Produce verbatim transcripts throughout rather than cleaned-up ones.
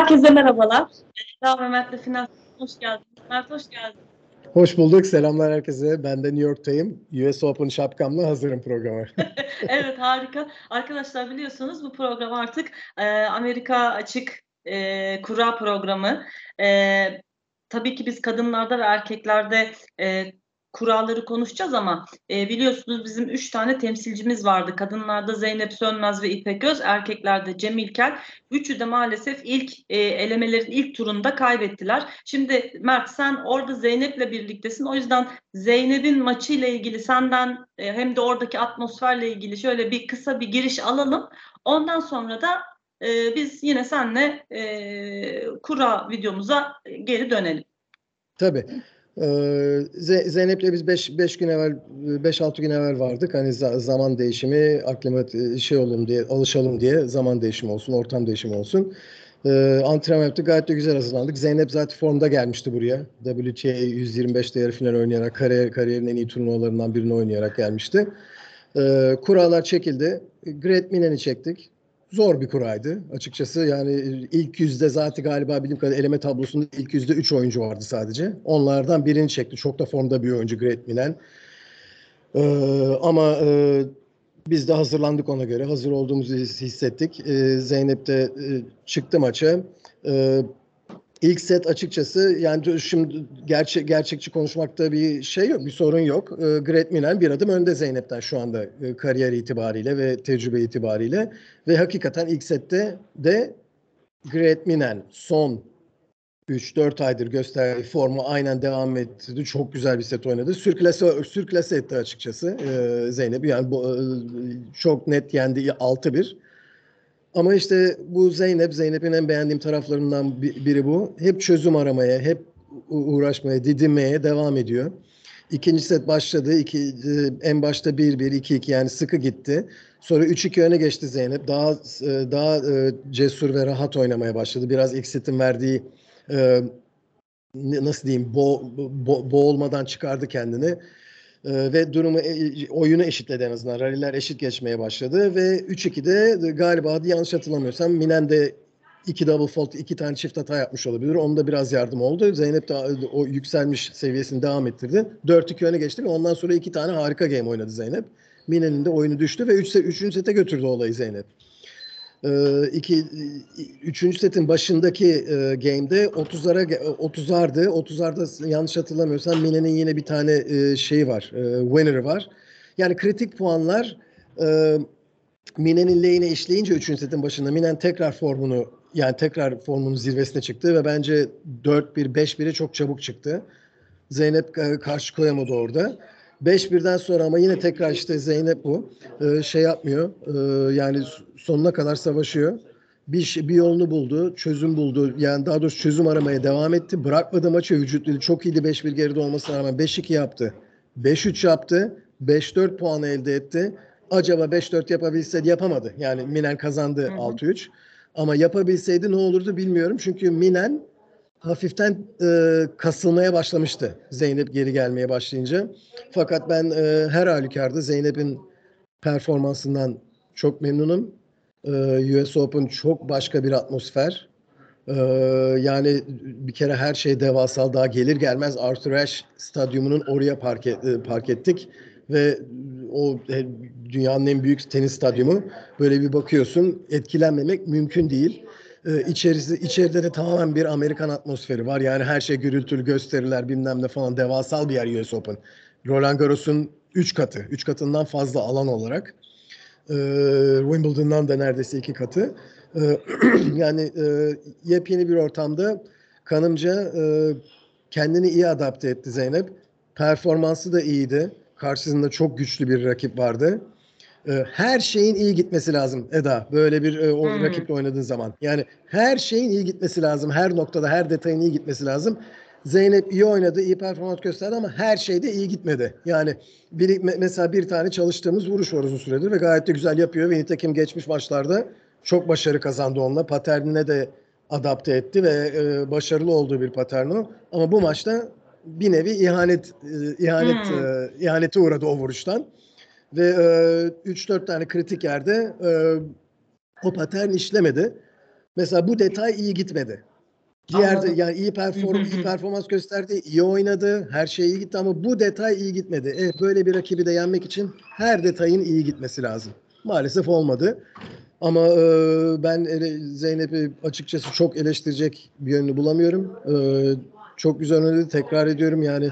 Herkese merhabalar. Eda ve Mert'le Final hoş geldiniz. Mert hoş geldin. Hoş bulduk. Selamlar herkese. Ben de New York'tayım. U S Open şapkamla hazırım programa. Evet, harika. Arkadaşlar biliyorsunuz bu program artık e, Amerika açık e, kura programı. E, tabii ki biz kadınlarda ve erkeklerde e, kuralları konuşacağız ama e, biliyorsunuz bizim üç tane temsilcimiz vardı. Kadınlarda Zeynep Sönmez ve İpek Öz, erkeklerde Cem İlker. Üçü de maalesef ilk e, elemelerin ilk turunda kaybettiler. Şimdi Mert, sen orada Zeynep'le birliktesin. O yüzden Zeynep'in maçıyla ilgili senden e, hem de oradaki atmosferle ilgili şöyle bir kısa bir giriş alalım. Ondan sonra da e, biz yine seninle e, kura videomuza geri dönelim. Tabii. Ee, Zeynep'le biz beş gün evvel, beş altı gün evvel vardık. Hani zaman değişimi, aklimat şey olalım diye, alışalım diye zaman değişimi olsun, ortam değişimi olsun. Ee, antrenman yaptık. Gayet de güzel hazırlandık. Zeynep zaten formda gelmişti buraya. W T A yüz yirmi beşte yarı final oynayarak, kariyer, kariyerin en iyi turnuvalarından birini oynayarak gelmişti. Ee, kurallar çekildi. Great Minen'i çektik. Zor bir kuraydı açıkçası. Yani ilk yüzde zaten galiba bildiğim kadarıyla eleme tablosunda ilk yüzde üç oyuncu vardı sadece. Onlardan birini çekti. Çok da formda bir oyuncu Great Minen. Ee, ama e, biz de hazırlandık ona göre. Hazır olduğumuzu hissettik. Ee, Zeynep de e, çıktı maça. Ee, İlk set açıkçası yani şimdi gerçek gerçekçi konuşmakta bir şey yok, bir sorun yok. E, Great Minen bir adım önde Zeynep'ten şu anda e, kariyer itibariyle ve tecrübe itibariyle ve hakikaten ilk sette de Great Minen son üç dört aydır gösterdiği formu aynen devam etti. Çok güzel bir set oynadı. Sürklase, sürklase etti açıkçası e, Zeynep. Yani bu, e, çok net yendi altı bir. Ama işte bu Zeynep, Zeynep'in en beğendiğim taraflarından biri bu. Hep çözüm aramaya, hep uğraşmaya, didinmeye devam ediyor. İkinci set başladı. İki, en başta bir bir, iki iki yani sıkı gitti. Sonra üç iki öne geçti Zeynep. Daha daha cesur ve rahat oynamaya başladı. Biraz ilk setin verdiği nasıl diyeyim bo, bo, boğulmadan çıkardı kendini. Ee, ve durumu oyunu eşitledi en azından. Rally'ler eşit geçmeye başladı ve üç ikide galiba yanlış hatırlamıyorsam Minen de iki double fault, iki tane çift hata yapmış olabilir. Onda biraz yardım oldu. Zeynep de o yükselmiş seviyesini devam ettirdi. dört iki öne geçti ve ondan sonra iki tane harika game oynadı Zeynep. Minen'in de oyunu düştü ve üç, üçüncü sete götürdü olayı Zeynep. Ee, iki, üçüncü setin başındaki e, game'de otuzlara otuzardı. otuzarda yanlış hatırlamıyorsam Minen'in yine bir tane e, şeyi var. E, winner'ı var. Yani kritik puanlar e, Minen'in lehine işleyince üçüncü setin başında Minen tekrar formunu yani tekrar formunun zirvesine çıktı ve bence dört bir beş bire çok çabuk çıktı. Zeynep e, karşı koyamadı orada. beş birden sonra ama yine tekrar işte Zeynep bu. Ee, şey yapmıyor. Ee, yani sonuna kadar savaşıyor. Bir, bir yolunu buldu. Çözüm buldu. Yani daha doğrusu çözüm aramaya devam etti. Bırakmadı maçı. Vücut dili çok iyiydi beş bir geride olmasına rağmen. beş iki yaptı. beş üç yaptı. beş dört puanı elde etti. Acaba beş dört yapabilseydi yapamadı. Yani Minen kazandı altı üç. Ama yapabilseydi ne olurdu bilmiyorum. Çünkü Minen hafiften e, kasılmaya başlamıştı Zeynep geri gelmeye başlayınca. Fakat ben e, her halükarda Zeynep'in performansından çok memnunum. E, U S Open çok başka bir atmosfer. E, yani bir kere her şey devasal. Daha gelir gelmez Arthur Ashe stadyumunun oraya park, et, park ettik. Ve o dünyanın en büyük tenis stadyumu. Böyle bir bakıyorsun etkilenmemek mümkün değil. Ee, içerisi, içeride de tamamen bir Amerikan atmosferi var. Yani her şey gürültülü gösteriler bilmem ne falan devasal bir yer U S Open. Roland Garros'un üç katı. üç katından fazla alan olarak. Ee, Wimbledon'dan da neredeyse iki katı. Ee, yani e, yepyeni bir ortamda kanımca e, kendini iyi adapte etti Zeynep. Performansı da iyiydi. Karşısında çok güçlü bir rakip vardı. Her şeyin iyi gitmesi lazım Eda. Böyle bir o hmm. rakiple oynadığın zaman. Yani her şeyin iyi gitmesi lazım. Her noktada her detayın iyi gitmesi lazım. Zeynep iyi oynadı, iyi performans gösterdi ama her şeyde iyi gitmedi. Yani bir, mesela bir tane çalıştığımız vuruş var uzun süredir ve gayet de güzel yapıyor. Ve nitekim geçmiş maçlarda çok başarı kazandı onunla. Paternine de adapte etti ve e, başarılı olduğu bir patern o. Ama bu maçta bir nevi ihanet e, ihanet hmm. e, ihanete uğradı o vuruştan. Ve e, üç dört tane kritik yerde e, o patern işlemedi. Mesela bu detay iyi gitmedi. Diğer Anladım. yani iyi perform iyi performans gösterdi, iyi oynadı, her şey iyi gitti ama bu detay iyi gitmedi. Evet, böyle bir rakibi de yenmek için her detayın iyi gitmesi lazım. Maalesef olmadı. Ama e, ben Zeynep'i açıkçası çok eleştirecek bir yönünü bulamıyorum. E, çok güzel oynadı, tekrar ediyorum yani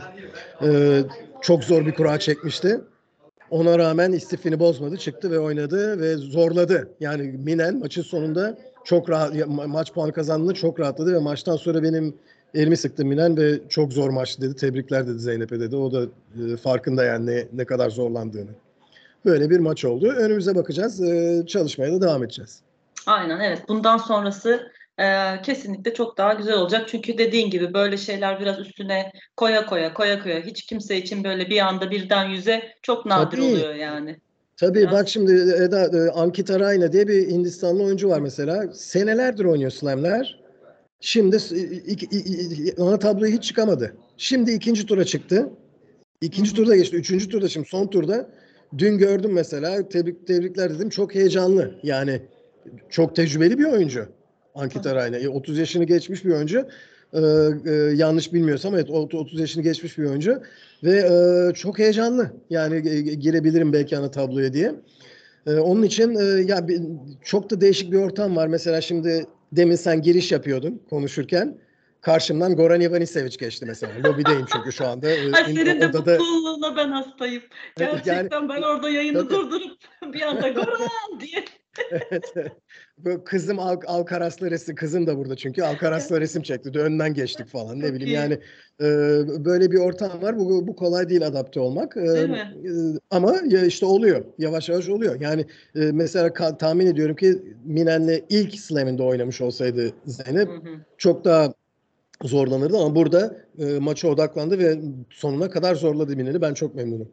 e, çok zor bir kura çekmişti. Ona rağmen istifini bozmadı, çıktı ve oynadı ve zorladı. Yani Minen maçın sonunda çok rahat ma- maç puanı kazandığında çok rahatladı ve maçtan sonra benim elimi sıktı Minen ve çok zor maçtı dedi. Tebrikler dedi Zeynep'e dedi. O da e, farkında yani ne, ne kadar zorlandığını. Böyle bir maç oldu. Önümüze bakacağız. E, çalışmaya da devam edeceğiz. Aynen, evet. Bundan sonrası e, kesinlikle çok daha güzel olacak. Çünkü dediğin gibi böyle şeyler biraz üstüne koya koya koya koya hiç kimse için böyle bir anda birden yüze çok nadir Tabii. oluyor yani. Tabii bak Biraz. şimdi Eda, e, Ankita Rayna diye bir Hindistanlı oyuncu var mesela. Senelerdir oynuyor slamler. Şimdi s- iki- i- i- ana tabloya hiç çıkamadı. Şimdi ikinci tura çıktı. Hı İkinci hı. turda geçti. Üçüncü turda şimdi son turda. Dün gördüm mesela. Tebrik, tebrikler dedim. Çok heyecanlı. Yani çok tecrübeli bir oyuncu. Ankita Tabii. Rayna. E, otuz yaşını geçmiş bir oyuncu. Ee, e, yanlış bilmiyorsam evet otuz yaşını geçmiş bir oyuncu. Ve e, çok heyecanlı. Yani e, girebilirim belki ana tabloya diye. Ee, onun için e, ya bir, çok da değişik bir ortam var. Mesela şimdi demin sen giriş yapıyordun konuşurken. Karşımdan Goran Ivanisevic geçti mesela. Lobideyim çünkü şu anda. Ee, Ay, in- senin de bu odada coolluğuna ben hastayım. e, yani Gerçekten ben orada yayını tabii. durdurup bir anda Goran diye. Evet. Bu kızım Al Alcaraz'la resim, kızım da burada çünkü Alcaraz'la resim çekti. Önden geçtik falan ne Çok bileyim yani iyi. e, böyle bir ortam var. Bu, bu kolay değil adapte olmak. E, Değil mi? e, ama ya işte oluyor. Yavaş yavaş oluyor. Yani e, mesela ka- tahmin ediyorum ki Minen'le ilk Slam'inde oynamış olsaydı Zeynep Hı hı. çok daha zorlanırdı ama burada e, maça odaklandı ve sonuna kadar zorladı Minen'i. Ben çok memnunum.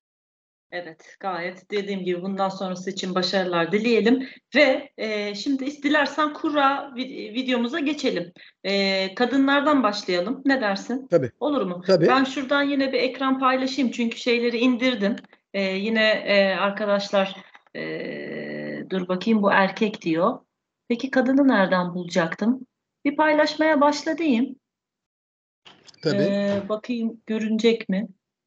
Evet, gayet dediğim gibi bundan sonrası için başarılar dileyelim ve e, şimdi dilersen kura vi- videomuza geçelim. E, kadınlardan başlayalım. Ne dersin? Tabii. Olur mu? Tabii. Ben şuradan yine bir ekran paylaşayım çünkü şeyleri indirdim. E, yine e, arkadaşlar e, dur bakayım, bu erkek diyor. Peki kadını nereden bulacaktım? Bir paylaşmaya başla diyeyim. Tabii. E, bakayım görünecek mi?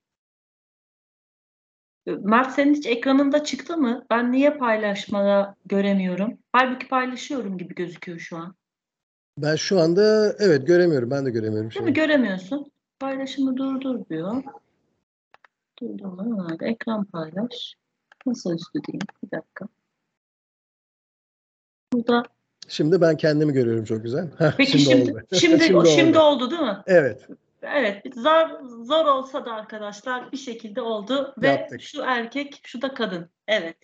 Mert, senin hiç ekranında çıktı mı? Ben niye paylaşmada göremiyorum? Halbuki paylaşıyorum gibi gözüküyor şu an. Ben şu anda evet göremiyorum. Ben de göremiyorum Değil mi? şeyi. Göremiyorsun. Paylaşımı durdur diyor. Durdurma. Hadi ekran paylaş. Nasıl üstü diyeyim? Bir dakika. Burada. Şimdi ben kendimi görüyorum çok güzel. Heh, Peki şimdi şimdi oldu. şimdi Şimdi şimdi oldu. oldu değil mi? Evet, Evet, zor zor olsa da arkadaşlar bir şekilde oldu ve yaptık. şu erkek, şu da kadın. Evet.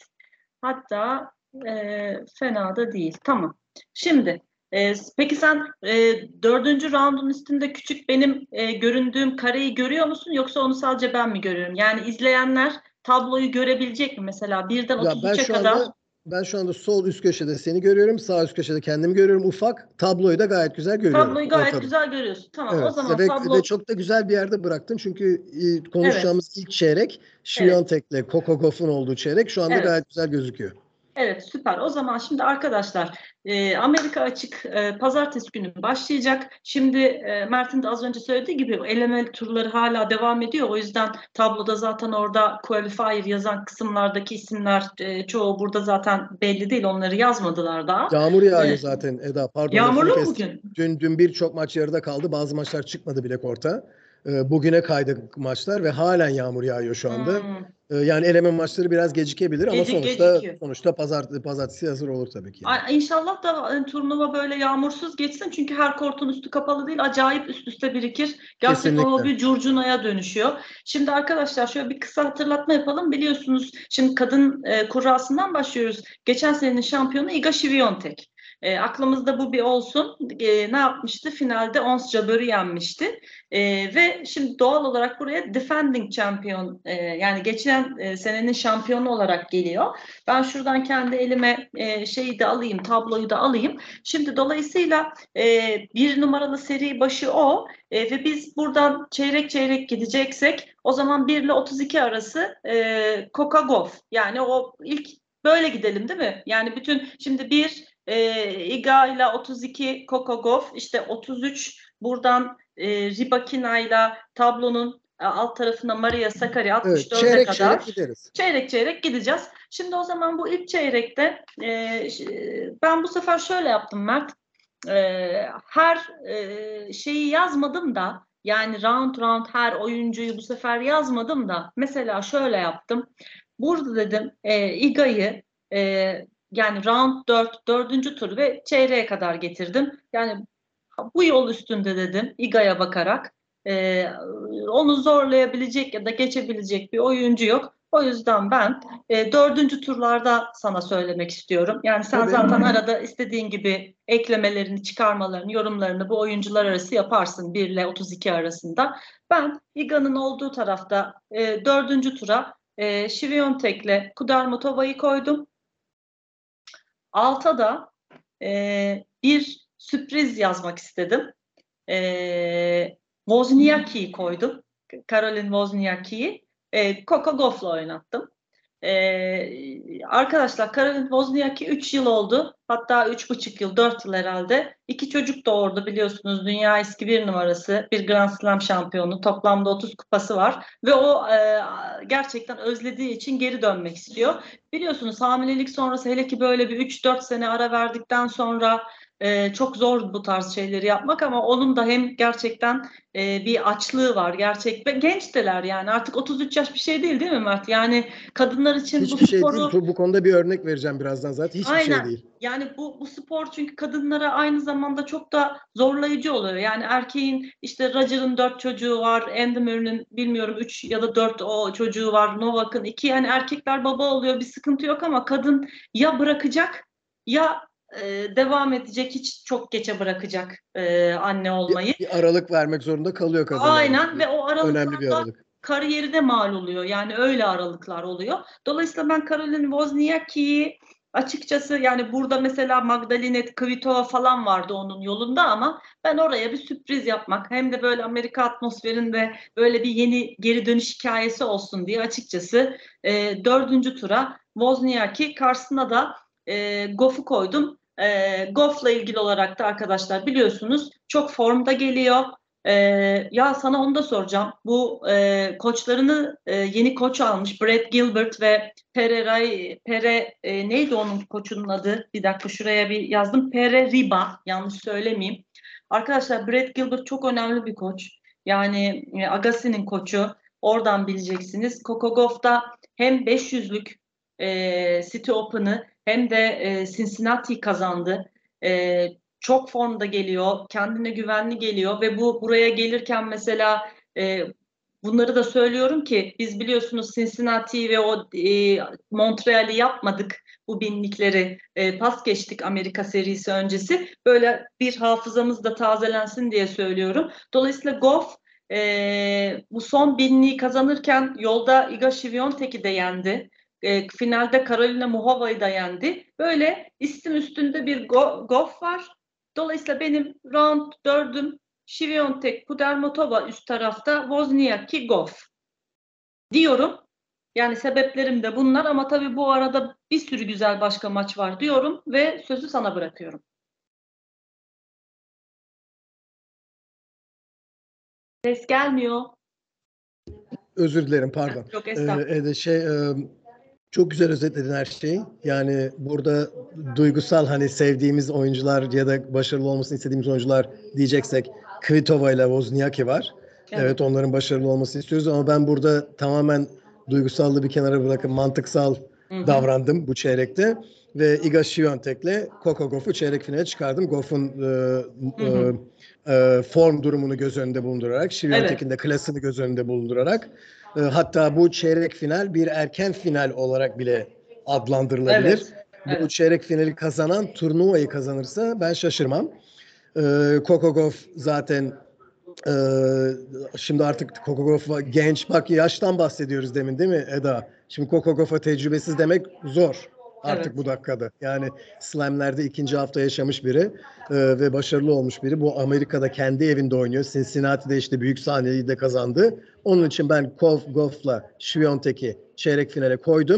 Hatta e, fena da değil. Tamam. Şimdi e, peki sen e, dördüncü raundun üstünde küçük benim e, göründüğüm kareyi görüyor musun, yoksa onu sadece ben mi görüyorum? Yani izleyenler tabloyu görebilecek mi? Mesela birden Ya ben otuz üçe şu kadar anda ben şu anda sol üst köşede seni görüyorum, sağ üst köşede kendimi görüyorum ufak. Tabloyu da gayet güzel görüyorum tabloyu gayet ortada. güzel görüyorsun. Tamam. O Evet zaman ve, ve tablo, çok da güzel bir yerde bıraktın çünkü e, evet. konuşacağımız ilk çeyrek Evet. Świątek'le Coco Gauff'un olduğu çeyrek şu anda Evet. gayet güzel gözüküyor. Evet, süper. O zaman şimdi arkadaşlar e, Amerika açık e, pazartesi günü başlayacak. Şimdi e, Mert'in de az önce söylediği gibi eleme turları hala devam ediyor. O yüzden tabloda zaten orada qualifier yazan kısımlardaki isimler e, çoğu burada zaten belli değil. Onları yazmadılar daha. Yağmur yağıyor E, zaten Eda. Pardon lafını Yağmurlu mu kestim. bugün? Dün dün birçok maç yarıda kaldı. Bazı maçlar çıkmadı bile korta. Ee, bugüne kaydı maçlar ve halen yağmur yağıyor şu anda. Hmm, Ee, yani eleme maçları biraz gecikebilir ama gecik sonuçta gecikiyor. sonuçta pazar pazartesi hazır olur tabii ki yani. Ay, İnşallah da e, turnuva böyle yağmursuz geçsin, çünkü her kortun üstü kapalı değil, acayip üst üste birikir. Gerçekten o Kesinlikle. bir curcunaya dönüşüyor. Şimdi arkadaşlar şöyle bir kısa hatırlatma yapalım. Biliyorsunuz şimdi kadın e, kurrasından başlıyoruz. Geçen senenin şampiyonu Iga Świątek. E, aklımızda bu bir olsun. E, ne yapmıştı? Finalde Ons Jabeur'ü yenmişti. E, ve şimdi doğal olarak buraya defending champion, e, yani geçen e, senenin şampiyonu olarak geliyor. Ben şuradan kendi elime e, şeyi de alayım, tabloyu da alayım. Şimdi dolayısıyla e, bir numaralı seri başı o e, ve biz buradan çeyrek çeyrek gideceksek o zaman bir ile otuz iki arası e, Coca Gauff. Yani o ilk böyle gidelim değil mi? Yani bütün şimdi bir e, Iga ile otuz iki Coco Gauff, işte otuz üç buradan e, Rybakina ile tablonun e, alt tarafında Maria Sakkari Evet, altmış dörde çeyrek kadar. çeyrek gideriz. Çeyrek çeyrek gideceğiz. Şimdi o zaman bu ilk çeyrekte e, ben bu sefer şöyle yaptım Mert. E, her e, şeyi yazmadım da, yani round round her oyuncuyu bu sefer yazmadım da, mesela şöyle yaptım. Burada dedim e, Iga'yı e, yani round dört, dördüncü tur ve çeyreğe kadar getirdim. Yani bu yol üstünde dedim Iga'ya bakarak. E, onu zorlayabilecek ya da geçebilecek bir oyuncu yok. O yüzden ben e, dördüncü turlarda sana söylemek istiyorum. Yani sen Tabii. zaten arada istediğin gibi eklemelerini, çıkarmalarını, yorumlarını bu oyuncular arası yaparsın, bir ile otuz iki arasında. Ben Iga'nın olduğu tarafta e, dördüncü tura e, Świątek'le Kudermetova'yı koydum. Alta da e, bir sürpriz yazmak istedim. E, Wozniacki'yi koydum. Caroline Wozniacki'yi. E, Coco Gauff'la oynattım. Ee, arkadaşlar Caroline Wozniacki üç yıl oldu. Hatta üç buçuk yıl, dört yıl herhalde. İki çocuk doğurdu biliyorsunuz. Dünya eski bir numarası. Bir Grand Slam şampiyonu. Toplamda otuz kupası var. Ve o e, gerçekten özlediği için geri dönmek istiyor. Biliyorsunuz hamilelik sonrası, hele ki böyle bir üç dört sene ara verdikten sonra e, çok zor bu tarz şeyleri yapmak, ama onun da hem gerçekten e, bir açlığı var. Gerçek ve gençtiler yani. Artık otuz üç yaş bir şey değil değil mi Mert? Yani kadınlar için bu Hiçbir şey değil. sporu, Bu, bu konuda bir örnek vereceğim birazdan zaten. Hiçbir şey aynen, değil. yani bu bu spor çünkü kadınlara aynı zamanda çok da zorlayıcı oluyor. Yani erkeğin işte Roger'ın dört çocuğu var, Andy Murray'nin bilmiyorum üç ya da dört o çocuğu var, Novak'ın iki, yani erkekler baba oluyor, bir sıkıntı yok, ama kadın ya bırakacak ya e, devam edecek, hiç çok geçe bırakacak e, anne Bir, olmayı. bir aralık vermek zorunda kalıyor kadınların. Aynen, ve o Önemli bir aralıklarda aralık. kariyeri de mal oluyor. Yani öyle aralıklar oluyor. Dolayısıyla ben Caroline Wozniacki'yi açıkçası, yani burada mesela Magdalena Kvitova falan vardı onun yolunda, ama ben oraya bir sürpriz yapmak, hem de böyle Amerika atmosferinde böyle bir yeni geri dönüş hikayesi olsun diye açıkçası e, dördüncü tura Wozniacki, karşısına da e, Gauff'u koydum. E, Gauff'la ilgili olarak da arkadaşlar biliyorsunuz çok formda geliyor. Ee, ya sana onu da soracağım. Bu e, koçlarını e, yeni koç almış Brad Gilbert ve Pere Ray, Pere e, neydi onun koçunun adı? Bir dakika şuraya bir yazdım. Pere Riba, yanlış söylemeyeyim. Arkadaşlar Brad Gilbert çok önemli bir koç. Yani e, Agassi'nin koçu. Oradan bileceksiniz. Coco Gauff da hem beş yüzlük e, City Open'ı hem de e, Cincinnati'yi kazandı. E, çok formda geliyor, kendine güvenli geliyor ve bu buraya gelirken mesela e, bunları da söylüyorum ki biz biliyorsunuz Cincinnati ve o e, Montreal'i yapmadık, bu binlikleri e, pas geçtik Amerika serisi öncesi. Böyle bir hafızamız da tazelensin diye söylüyorum. Dolayısıyla Gauff e, bu son binliği kazanırken yolda Iga Świątek'i de yendi. E, finalde Karolina Muchova'yı da yendi. Böyle isim üstünde bir go, Gauff var. Dolayısıyla benim round dördüm Świątek, Kudermetova üst tarafta, Wozniacki, Gauff diyorum. Yani sebeplerim de bunlar, ama tabii bu arada bir sürü güzel başka maç var diyorum ve sözü sana bırakıyorum. Ses gelmiyor. Özür dilerim, pardon. Yok, Ee, estağfurullah. e, şey, e, çok güzel özetledin her şeyi. Yani burada duygusal, hani sevdiğimiz oyuncular ya da başarılı olmasını istediğimiz oyuncular diyeceksek Kvitova ile Wozniacki var. Evet. Evet. onların başarılı olmasını istiyoruz, ama ben burada tamamen duygusallığı bir kenara bırakıp mantıksal Hı hı. davrandım bu çeyrekte ve Iga Świątek'le Coco Gauff'u çeyrek finale çıkardım. Gauff'un e, Hı e, e, form durumunu göz önünde bulundurarak, Evet. Świątek'in de klasını göz önünde bulundurarak, e, hatta bu çeyrek final bir erken final olarak bile adlandırılabilir. Evet. Bu Evet. çeyrek finali kazanan turnuvayı kazanırsa ben şaşırmam. E, Coco Gauff zaten e, şimdi artık Coco Gauff genç, bak yaştan bahsediyoruz demin değil mi Eda? Şimdi Coco Gauff'a tecrübesiz demek zor artık Evet. bu dakikada. Yani slamlerde ikinci hafta yaşamış biri e, ve başarılı olmuş biri. Bu Amerika'da kendi evinde oynuyor. Cincinnati'de işte büyük sahneyi de kazandı. Onun için ben Gauff'la Świątek'i çeyrek finale koydum.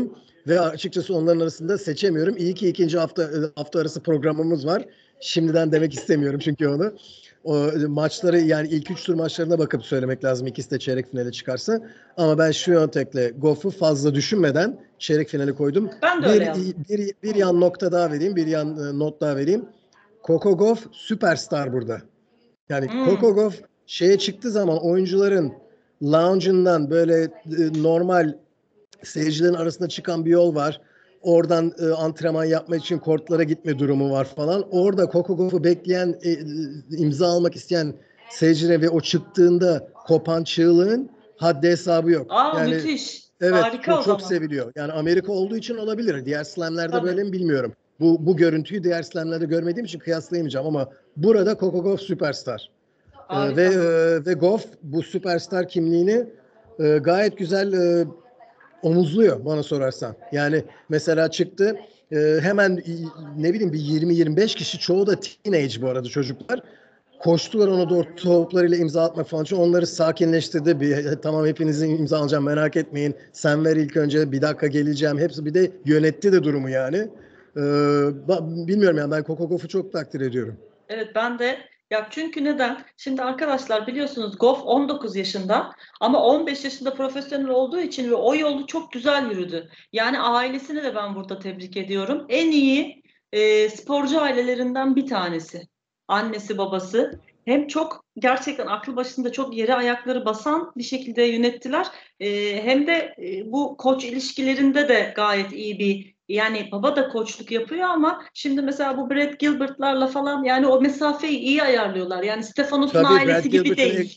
Ve açıkçası onların arasında seçemiyorum. İyi ki ikinci hafta hafta arası programımız var. Şimdiden demek istemiyorum çünkü onu. O maçları yani ilk üç tur maçlarına bakıp söylemek lazım. İkisi de çeyrek finale çıkarsa. Ama ben Świątek'le Goff'u fazla düşünmeden çeyrek finale koydum. Ben de Bir, öyle yaptım. bir, bir yan nokta daha vereyim. Bir yan not daha vereyim. Coco Gauff süperstar burada. Yani Hmm. Coco Gauff şeye çıktığı zaman oyuncuların lounge'ından böyle normal seyircilerin arasında çıkan bir yol var. Oradan e, antrenman yapmak için kortlara gitme durumu var falan. Orada Coco Gauff'u bekleyen, e, imza almak isteyen seyircilere ve o çıktığında kopan çığlığın haddi hesabı yok. Aa, Yani müthiş. evet, Harika o çok çok zaman. seviliyor. Yani Amerika olduğu için olabilir. Diğer slamlerde Tabii. böyle mi bilmiyorum. Bu bu görüntüyü diğer slamlerde görmediğim için kıyaslayamayacağım ama burada Coco Gauff süperstar. Ee, ve e, ve Gauff bu süperstar kimliğini e, gayet güzel e, omuzluyor bana sorarsan. Yani mesela çıktı e, hemen ne bileyim bir yirmi yirmi beş kişi, çoğu da teenage bu arada çocuklar. Koştular ona doğru toplarıyla imza atmak falan için, onları sakinleştirdi. Bir, tamam hepinizin imza alacağım merak etmeyin. Sen ver ilk önce, bir dakika geleceğim. Hepsi bir de yönetti de durumu yani. Ee, bilmiyorum yani ben Coco Gauff'u çok takdir ediyorum. Evet, ben de. Ya çünkü neden? Şimdi arkadaşlar biliyorsunuz Goff on dokuz yaşında ama on beş yaşında profesyonel olduğu için ve o yolu çok güzel yürüdü. Yani ailesini de ben burada tebrik ediyorum. En iyi e, sporcu ailelerinden bir tanesi. Annesi, babası. Hem çok gerçekten aklı başında çok yere ayakları basan bir şekilde yönettiler. E, hem de e, bu koç ilişkilerinde de gayet iyi bir, yani baba da koçluk yapıyor ama şimdi mesela bu Brad Gilbert'larla falan yani o mesafeyi iyi ayarlıyorlar. Yani Stefanos'un Tabii ailesi Brad gibi Gilbert'ın değil.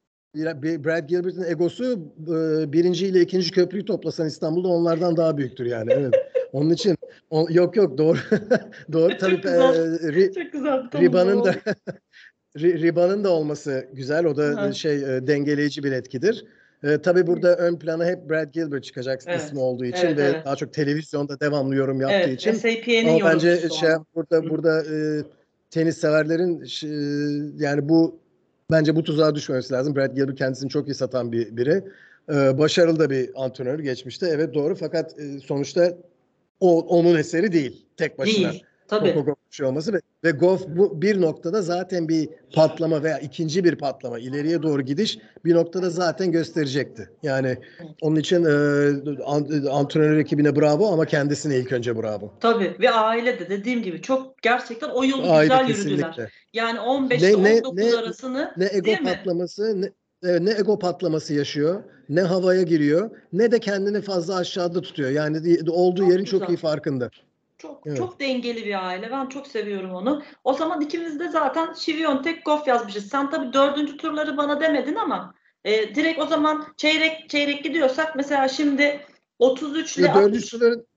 Brad Gilbert'ın egosu birinci ile ikinci köprüyü toplasan İstanbul'da onlardan daha büyüktür yani. Evet. Onun için o, yok yok doğru doğru tabii Çok güzel. e, Ri, Çok güzel bir tanımlama Riba'nın da oldu. Riba'nın da olması güzel. O da Ha, şey e, dengeleyici bir etkidir. E, tabii burada ön plana hep Brad Gilbert çıkacak ismi evet. olduğu için Evet, ve evet. daha çok televizyonda devamlı yorum yaptığı Evet. için. S A P'nin Ama bence yorumcusu şey onu. burada Hı. burada e, tenis severlerin e, yani bu bence bu tuzağa düşmemesi lazım. Brad Gilbert kendisini çok iyi satan bir biri. E, başarılı da bir antrenör geçmişte. Evet doğru, fakat e, sonuçta o onun eseri değil tek başına. Değil. Coco Tabii. Gauff şey olması ve, ve Goff bu bir noktada zaten bir patlama veya ikinci bir patlama, ileriye doğru gidiş bir noktada zaten gösterecekti. Yani onun için e, antrenör ekibine bravo ama kendisine ilk önce bravo. Tabii ve aile de dediğim gibi çok gerçekten o yolu Aile güzel yürüdüler. kesinlikle. Yani on beş ile Ne ne on dokuz ne arasını ne ego değil mi? patlaması ne, evet, ne ego patlaması yaşıyor, ne havaya giriyor, ne de kendini fazla aşağıda tutuyor. Yani olduğu Çok yerin çok güzel. iyi farkında. Çok Evet. çok dengeli bir aile. Ben çok seviyorum onu. O zaman ikimiz de zaten Świątek Goff yazmışız. Sen tabii dördüncü turları bana demedin ama e, direkt o zaman çeyrek çeyrek gidiyorsak mesela şimdi otuz üç ile Dördüncü altmış. turların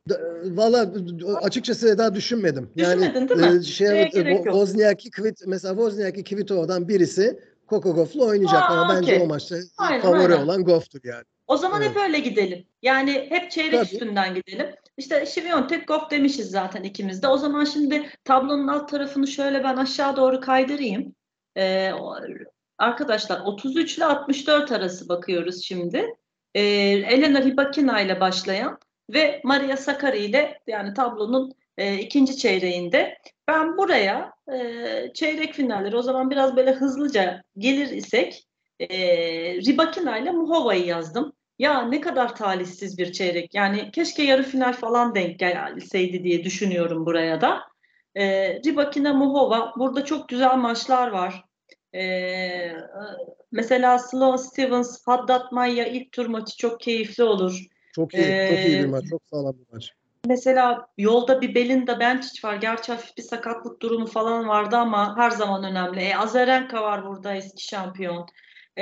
valla açıkçası daha düşünmedim. Yani Düşünmedin değil e, mi? şey Şeye gerek yok. Wozniacki Kvit mesela Wozniacki Kvitova'dan birisi Coco Gauff'la oynayacak ama Aa, bence o okey. maçta Aynen, favori aynen. olan Gauff'tur yani. O zaman hep Evet. öyle gidelim. Yani hep çeyrek Tabii. üstünden gidelim. İşte Świątek Goff demişiz zaten ikimiz de. O zaman şimdi tablonun alt tarafını şöyle ben aşağı doğru kaydırayım. Ee, arkadaşlar otuz üç ile altmış dört arası bakıyoruz şimdi. Ee, Elena Rybakina ile başlayan ve Maria Sakkari ile yani tablonun e, ikinci çeyreğinde. Ben buraya e, çeyrek finalleri o zaman biraz böyle hızlıca gelir isek e, Rybakina ile Muhova'yı yazdım. Ya ne kadar talihsiz bir çeyrek. Yani keşke yarı final falan denk gelseydi diye düşünüyorum buraya da. E, Rybakina Muhova. Burada çok güzel maçlar var. E, mesela Sloane Stevens, Haddad Maia ilk tur maçı çok keyifli olur. Çok iyi. Çok iyi bir E, maç. Çok sağlam bir maç. mesela yolda bir Belinda Bencic var. Gerçi hafif bir sakatlık durumu falan vardı ama her zaman önemli. E, Azarenka var burada, eski şampiyon. E,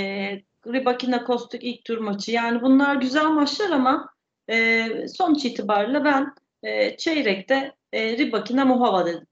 Rybakina Kostic ilk tur maçı. Yani bunlar güzel maçlar ama e, sonuç itibariyle ben e, çeyrekte e, Rybakina Muhova dedim.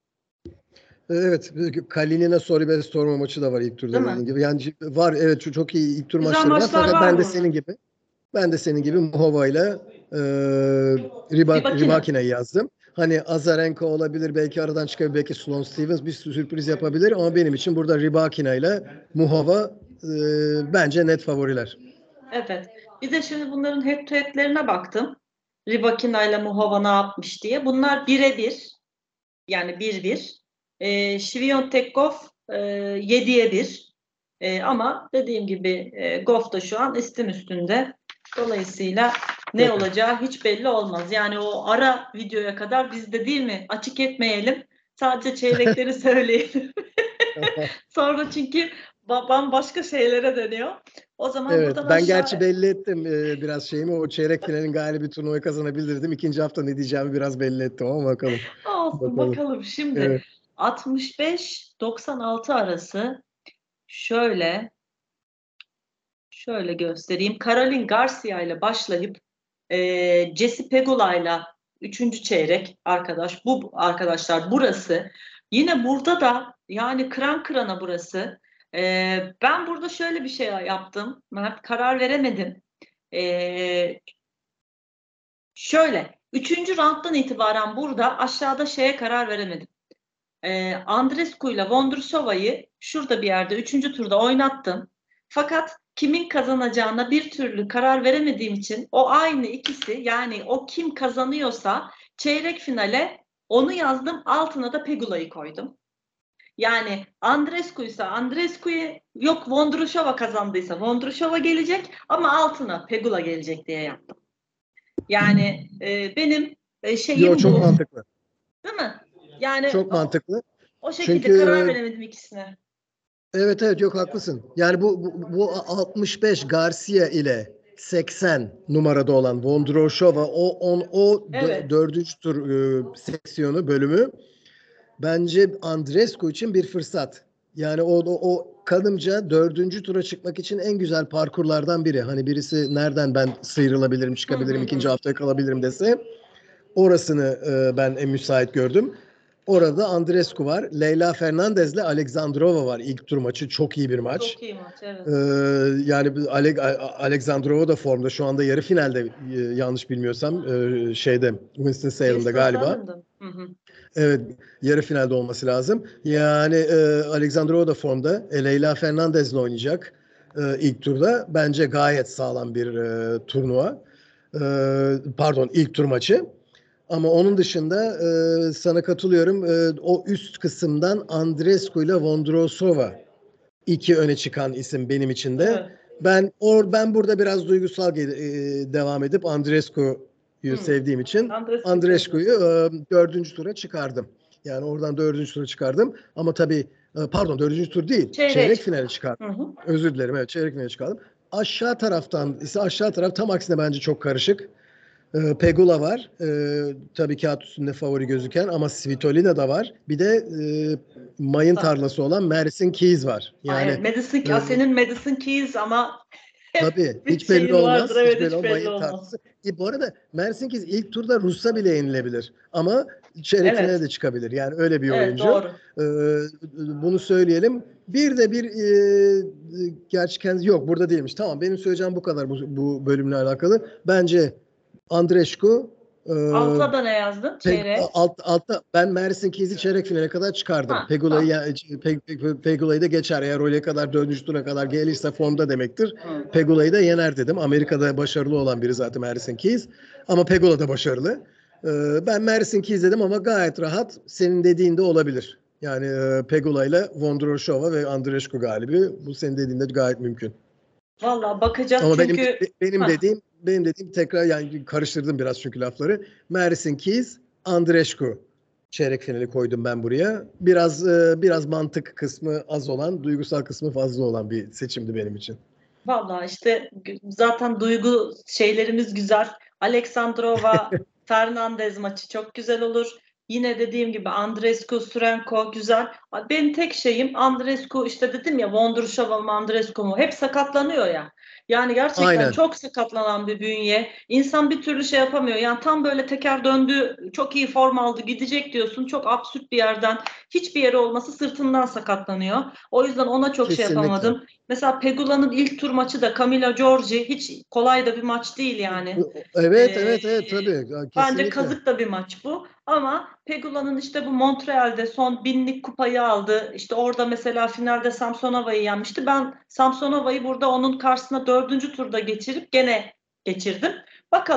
Evet, Kalinina Soribes Torma maçı da var ilk turda Değil mi? dediğin gibi. Yani var, evet, çok, çok iyi ilk tur Güzel maçları var. maçlar Fakat ben var de burada. senin gibi ben de senin gibi Muhova'yla e, Rybak, Rybakina. Rybakina'yı yazdım. Hani Azarenka olabilir, belki aradan çıkabilir, belki Sloane Stevens bir sürpriz yapabilir ama benim için burada Rybakina'yla Muhova e, bence net favoriler. Evet. Bir de şimdi bunların head to head'lerine baktım. Rybakina ile Muhova ne yapmış diye. Bunlar birebir. Yani bir bir. E, Swiatekov e, yediye bir. E, ama dediğim gibi e, Gauff da şu an istim üstünde. Dolayısıyla ne Evet. olacağı hiç belli olmaz. Yani o ara videoya kadar biz de değil mi açık etmeyelim. Sadece çeyrekleri söyleyelim. Sonra çünkü babam başka şeylere dönüyor. O zaman Evet, buradan ben gerçi aşağı belli ettim e, biraz şeyimi. O çeyrek finalin galibi turnuvayı kazanabilirdim. İkinci hafta ne diyeceğimi biraz belli ettim ama bakalım. olsun Bakalım. bakalım. Şimdi Evet. altmış beş doksan altı arası şöyle şöyle göstereyim. Caroline Garcia ile başlayıp e, Jessie Pegula ile üçüncü çeyrek arkadaş. Bu arkadaşlar burası. Yine burada da yani kıran kırana burası. E, ben burada şöyle bir şey yaptım. Mert karar veremedim. E, şöyle üçüncü rounddan itibaren burada aşağıda şeye karar veremedim. E, Andreescu ile Vondrousova'yı şurada bir yerde üçüncü turda oynattım. Fakat kimin kazanacağına bir türlü karar veremediğim için o aynı ikisi yani o kim kazanıyorsa çeyrek finale onu yazdım altına da Pegula'yı koydum. Yani Andreescu ise Andreescu'yu yok Vondrousova kazandıysa Vondrousova gelecek ama altına Pegula gelecek diye yaptım. Yani e, benim e, Yo, şeyim çok bu. mantıklı. Değil mi? Yani Çok o, mantıklı. o şekilde Çünkü karar e, veremedim ikisine. evet evet yok haklısın. Yani bu, bu, bu altmış beş Garcia ile seksen numarada olan Vondrousova o on o Evet. dördüncü tur e, seksiyonu bölümü bence Andreescu için bir fırsat. Yani o, o, o kanımca dördüncü tura çıkmak için en güzel parkurlardan biri. Hani birisi nereden ben sıyrılabilirim, Hı hı çıkabilirim, ikinci hı. haftaya kalabilirim dese orasını e, ben en müsait gördüm. Orada Andreescu var. Leyla Fernandez'le Alexandrova var. İlk tur maçı çok iyi bir maç. Çok iyi maç, Ee, evet. yani Ale Alexandrova da formda. Şu anda yarı finalde e, yanlış bilmiyorsam e, şeyde Winston-Salem'da galiba. Winston-Salem'da. Hı hı. Evet, yarı finalde olması lazım. Yani e, Alexandrova da formda. E, Leyla Fernandez'le oynayacak e, ilk turda. Bence gayet sağlam bir e, turnuva. E, pardon, ilk tur maçı. Ama onun dışında e, sana katılıyorum. E, o üst kısımdan Andreescu ile Vondrousova iki öne çıkan isim benim için de. Evet. Ben or ben burada biraz duygusal e, devam edip Andreescu'yu Hı. sevdiğim için Andrescu'yu seviyorum. Andreescu'yu e, dördüncü tura çıkardım. Yani oradan dördüncü tura çıkardım. Ama tabii e, pardon dördüncü tur değil. Çeyreğe Çeyrek çıktı. finale çıkardım. Hı hı. Özür dilerim. Evet çeyrek finale çıkardım. Aşağı taraftan ise aşağı taraf tam aksine bence çok karışık. E, Pegula var. E, tabii kağıt üstünde favori gözüken ama Svitolina da var. Bir de e, mayın Da. tarlası olan Mersin Keys var. Aa, Yani evet. Madison, e, senin Madison Keys ama hep tabii bir hiç belli şeyin vardır. olmaz. Hiç Evet, belli hiç olmaz. belli Mayın olmaz. tarlası. E, bu arada Mersin Keys ilk turda Rus'a bile yenilebilir. Ama çeyrek finale Evet. de çıkabilir. Yani öyle bir Evet, oyuncu. doğru. E, bunu söyleyelim. Bir de bir e, gerçi kendisi yok burada değilmiş. Tamam benim söyleyeceğim bu kadar bu, bu bölümle alakalı. Bence Andreescu e, Altta da ne yazdın? Peg, Çeyrek. alt, altta ben Mersin Keys'i çeyrek finale kadar çıkardım. Ha, Pegula'yı tamam. ya, Peg, Peg, Pegula'yı da geçer. Eğer oraya kadar dördüncü tura kadar gelirse formda demektir. Hı. Pegula'yı da yener dedim. Amerika'da başarılı olan biri zaten Mersin Keys. Ama Pegula da başarılı. Ee, ben Mersin Keys dedim ama gayet rahat senin dediğinde olabilir. Yani e, Pegula ile Vondrousova ve Andreescu galibi. Bu senin dediğinde gayet mümkün. Vallahi bakacağız Ama benim çünkü benim ha, dediğim benim dediğim tekrar yani karıştırdım biraz çünkü lafları. Mersin Keys, Andreescu çeyrek finali koydum ben buraya. Biraz e, biraz mantık kısmı az olan, duygusal kısmı fazla olan bir seçimdi benim için. vallahi işte zaten duygu şeylerimiz güzel. Alexandrova Fernandez maçı çok güzel olur. Yine dediğim gibi Andreescu, Surenko güzel. Benim tek şeyim Andreescu işte dedim ya Vondrousova mı Andreescu mu hep sakatlanıyor ya. Yani gerçekten Aynen. çok sakatlanan bir bünye. İnsan bir türlü şey yapamıyor. Yani tam böyle teker döndü, çok iyi form aldı, gidecek diyorsun. Çok absürt bir yerden hiçbir yeri olması sırtından sakatlanıyor. O yüzden ona çok şey Kesinlikle. yapamadım. Mesela Pegula'nın ilk tur maçı da Camila Giorgi hiç kolay da bir maç değil yani. Evet, Ee, evet, evet tabii. bence Kesinlikle. kazık da bir maç bu. Ama Pegula'nın işte bu Montreal'de son binlik kupayı aldı. İşte orada mesela finalde Samsonova'yı yenmişti. Ben Samsonova'yı burada onun karşısına dördüncü turda geçirip gene geçirdim. Bakalım.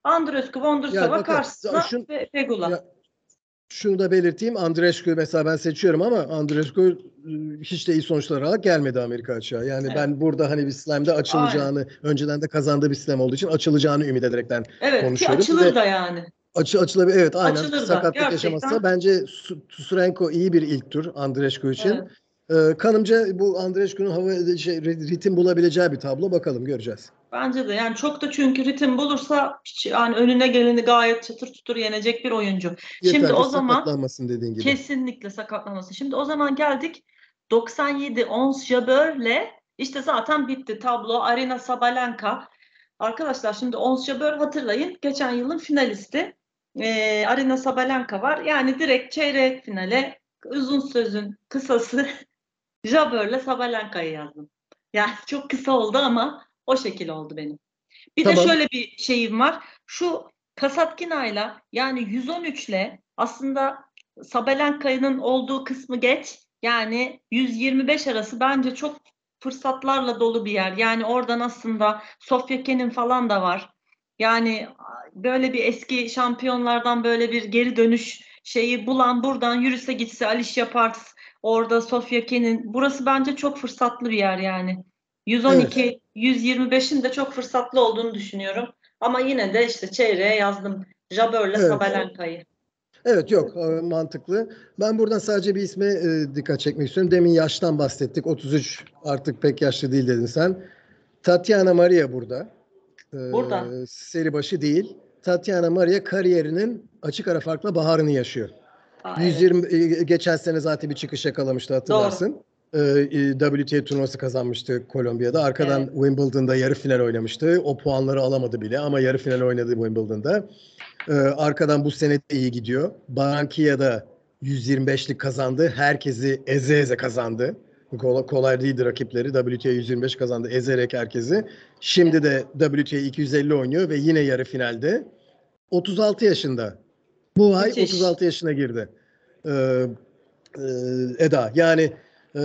Andreescu, Yani Vondrousova bakın karşısına şun, ve Pegula. ya, şunu da belirteyim. Andreescu mesela ben seçiyorum ama Andreescu hiç de iyi sonuçlar alarak gelmedi Amerika açığa. Yani Evet. ben burada hani bir slam'da açılacağını, Aynen. önceden de kazandığı bir slam olduğu için açılacağını ümit ederekten Evet ki konuşuyorum ve açılır da yani. açı açılabilir. Evet, aynen. Açılır da Sakatlık yaşamazsa gerçekten. bence Tusurenko iyi bir ilk tur Andreescu için. Evet. Ee, kanımca bu Andreescu'nun hava şey, ritim bulabileceği bir tablo, bakalım, göreceğiz. Bence de yani çok da çünkü ritim bulursa hiç, yani önüne geleni gayet çıtır tutur yenecek bir oyuncu. Şimdi Yeter ki o zaman sakatlanmasın dediğin gibi. kesinlikle sakatlaması. Şimdi o zaman geldik doksan yedi ons Jabeur'le işte zaten bitti tablo. Aryna Sabalenka. Arkadaşlar şimdi Ons Jabeur hatırlayın geçen yılın finalisti. Ee, Aryna Sabalenka var. Yani direkt çeyrek finale uzun sözün kısası Jabeur'le Sabalenka'yı yazdım. Yani çok kısa oldu ama o şekil oldu benim. Bir de Tamam. şöyle bir şeyim var. Şu Kasatkina'yla yani yüz on üçle aslında Sabalenka'nın olduğu kısmı geç. Yani yüz yirmi beş arası bence çok fırsatlarla dolu bir yer. Yani oradan aslında Sofia Kenin falan da var. Yani böyle bir eski şampiyonlardan böyle bir geri dönüş şeyi bulan buradan yürüse gitse Alicia Parks orada Sofia Kenin. Burası bence çok fırsatlı bir yer yani. Evet. yüz on iki yüz yirmi beşin de çok fırsatlı olduğunu düşünüyorum. Ama yine de işte çeyreğe yazdım. Jabeur'le Evet. Sabalenka'yı. Evet, yok, e, mantıklı. Ben buradan sadece bir isme e, dikkat çekmek istiyorum. Demin yaştan bahsettik. otuz üç artık pek yaşlı değil dedin sen. Tatiana Maria burada. E, Burada. seri başı değil. Tatiana Maria kariyerinin açık ara farkla baharını yaşıyor. Aa, evet. yüz yirmi e, geçen sene zaten bir çıkış yakalamıştı, Doğru. hatırlarsın. E, e, W T A turnuvası kazanmıştı Kolombiya'da. Arkadan Evet. Wimbledon'da yarı final oynamıştı. O puanları alamadı bile ama yarı final oynadı Wimbledon'da. Ee, arkadan bu sene de iyi gidiyor. Barranquilla'da yüz yirmi beşlik kazandı. Herkesi eze eze kazandı. Kolay, kolay değildi rakipleri. W T A yüz yirmi beş kazandı, ezerek herkesi. Şimdi de W T A iki yüz elli oynuyor ve yine yarı finalde. otuz altı yaşında. Bu ay Müthiş. otuz altı yaşına girdi. Ee, e, Eda. Yani e,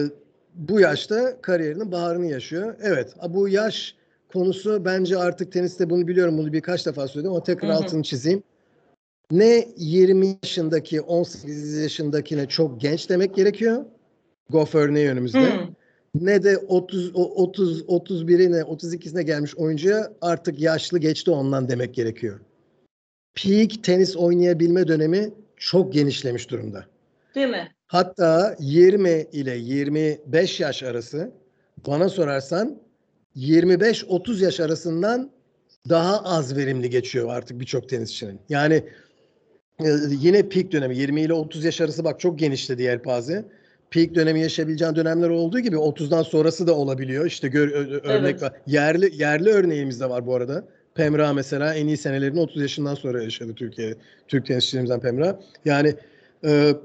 bu yaşta kariyerinin baharını yaşıyor. Evet, bu yaş konusu bence artık teniste, bunu biliyorum, bunu birkaç defa söyledim ama Hı tekrar hı. altını çizeyim. Ne yirmi yaşındaki on sekiz yaşındakine çok genç demek gerekiyor. Golf örneği önümüzde. Hı. Ne de otuz otuz otuz birine otuz ikisine gelmiş oyuncuya artık yaşlı, geçti ondan demek gerekiyor. Peak tenis oynayabilme dönemi çok genişlemiş durumda. Değil mi? Hatta yirmi ile yirmi beş yaş arası, bana sorarsan yirmi beş otuz yaş arasından daha az verimli geçiyor artık birçok tenisçinin. Yani e, yine peak dönemi yirmi ile otuz yaş arası, bak çok genişledi yelpaze. Peak dönemi yaşayabileceğin dönemler olduğu gibi otuzdan sonrası da olabiliyor. İşte gör, örnek Evet. var. Yerli yerli örneğimiz de var bu arada. Pemra mesela en iyi senelerini otuz yaşından sonra yaşadı Türkiye. Türk tenisçilerimizden Pemra. Yani e,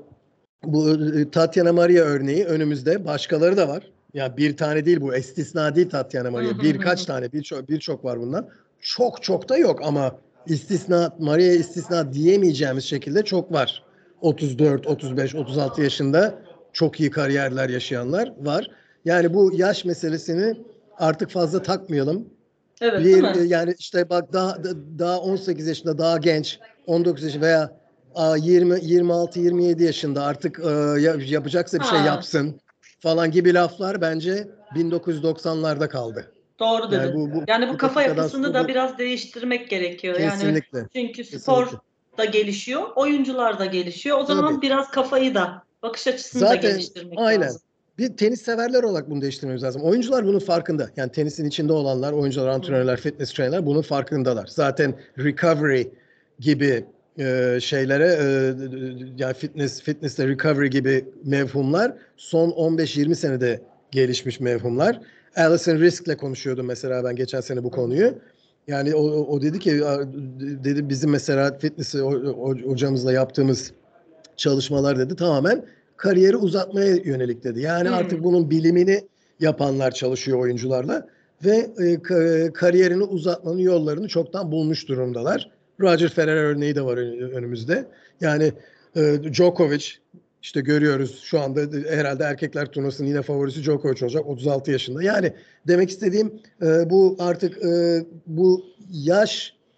bu e, Tatiana Maria örneği önümüzde. Başkaları da var. Yani bir tane değil bu. Istisna değil Tatiana Hı Maria. hı hı Birkaç hı. tane, birçok birçok var bundan. Çok çok da yok ama istisna, Maria istisna diyemeyeceğimiz şekilde çok var. otuz dört, otuz beş, otuz altı yaşında çok iyi kariyerler yaşayanlar var. Yani bu yaş meselesini artık fazla takmayalım. Evet değil Bir e, mi? yani işte bak, daha daha on sekiz yaşında, daha genç, on dokuz yaşında veya yirmi, yirmi altı, yirmi yedi yaşında artık e, yapacaksa bir şey Ha, yapsın falan gibi laflar bence bin dokuz yüz doksanlarda kaldı. doğru Yani dedin. bu bu Yani bu bu kafa dakikadan yapısını sonra da bu biraz değiştirmek gerekiyor. Yani kesinlikle çünkü spor kesinlikle. da gelişiyor, oyuncular da gelişiyor. O Tabii. zaman biraz kafayı da, bakış açısını da Zaten geliştirmek aynen. lazım. Bir tenis severler olarak bunu değiştirmemiz lazım. Oyuncular bunun farkında. Yani tenisin içinde olanlar, oyuncular, Hı. antrenörler, fitness trainerler bunun farkındalar. Zaten recovery gibi e, şeylere e, yani fitness, fitness'te recovery gibi mevhumlar son on beş yirmi senede gelişmiş mevhumlar. Alison Risk'le konuşuyordum mesela ben geçen sene bu Hı hı. konuyu. Yani o, o dedi ki, dedi bizim mesela fitness hocamızla yaptığımız çalışmalar, dedi, tamamen kariyeri uzatmaya yönelik, dedi. Yani artık Hı. bunun bilimini yapanlar çalışıyor oyuncularla ve e, kariyerini uzatmanın yollarını çoktan bulmuş durumdalar. Roger Federer örneği de var önümüzde. Yani e, Djokovic, işte görüyoruz şu anda herhalde erkekler turnuvasının yine favorisi Djokovic olacak, otuz altı yaşında. Yani demek istediğim e, bu artık e, bu yaş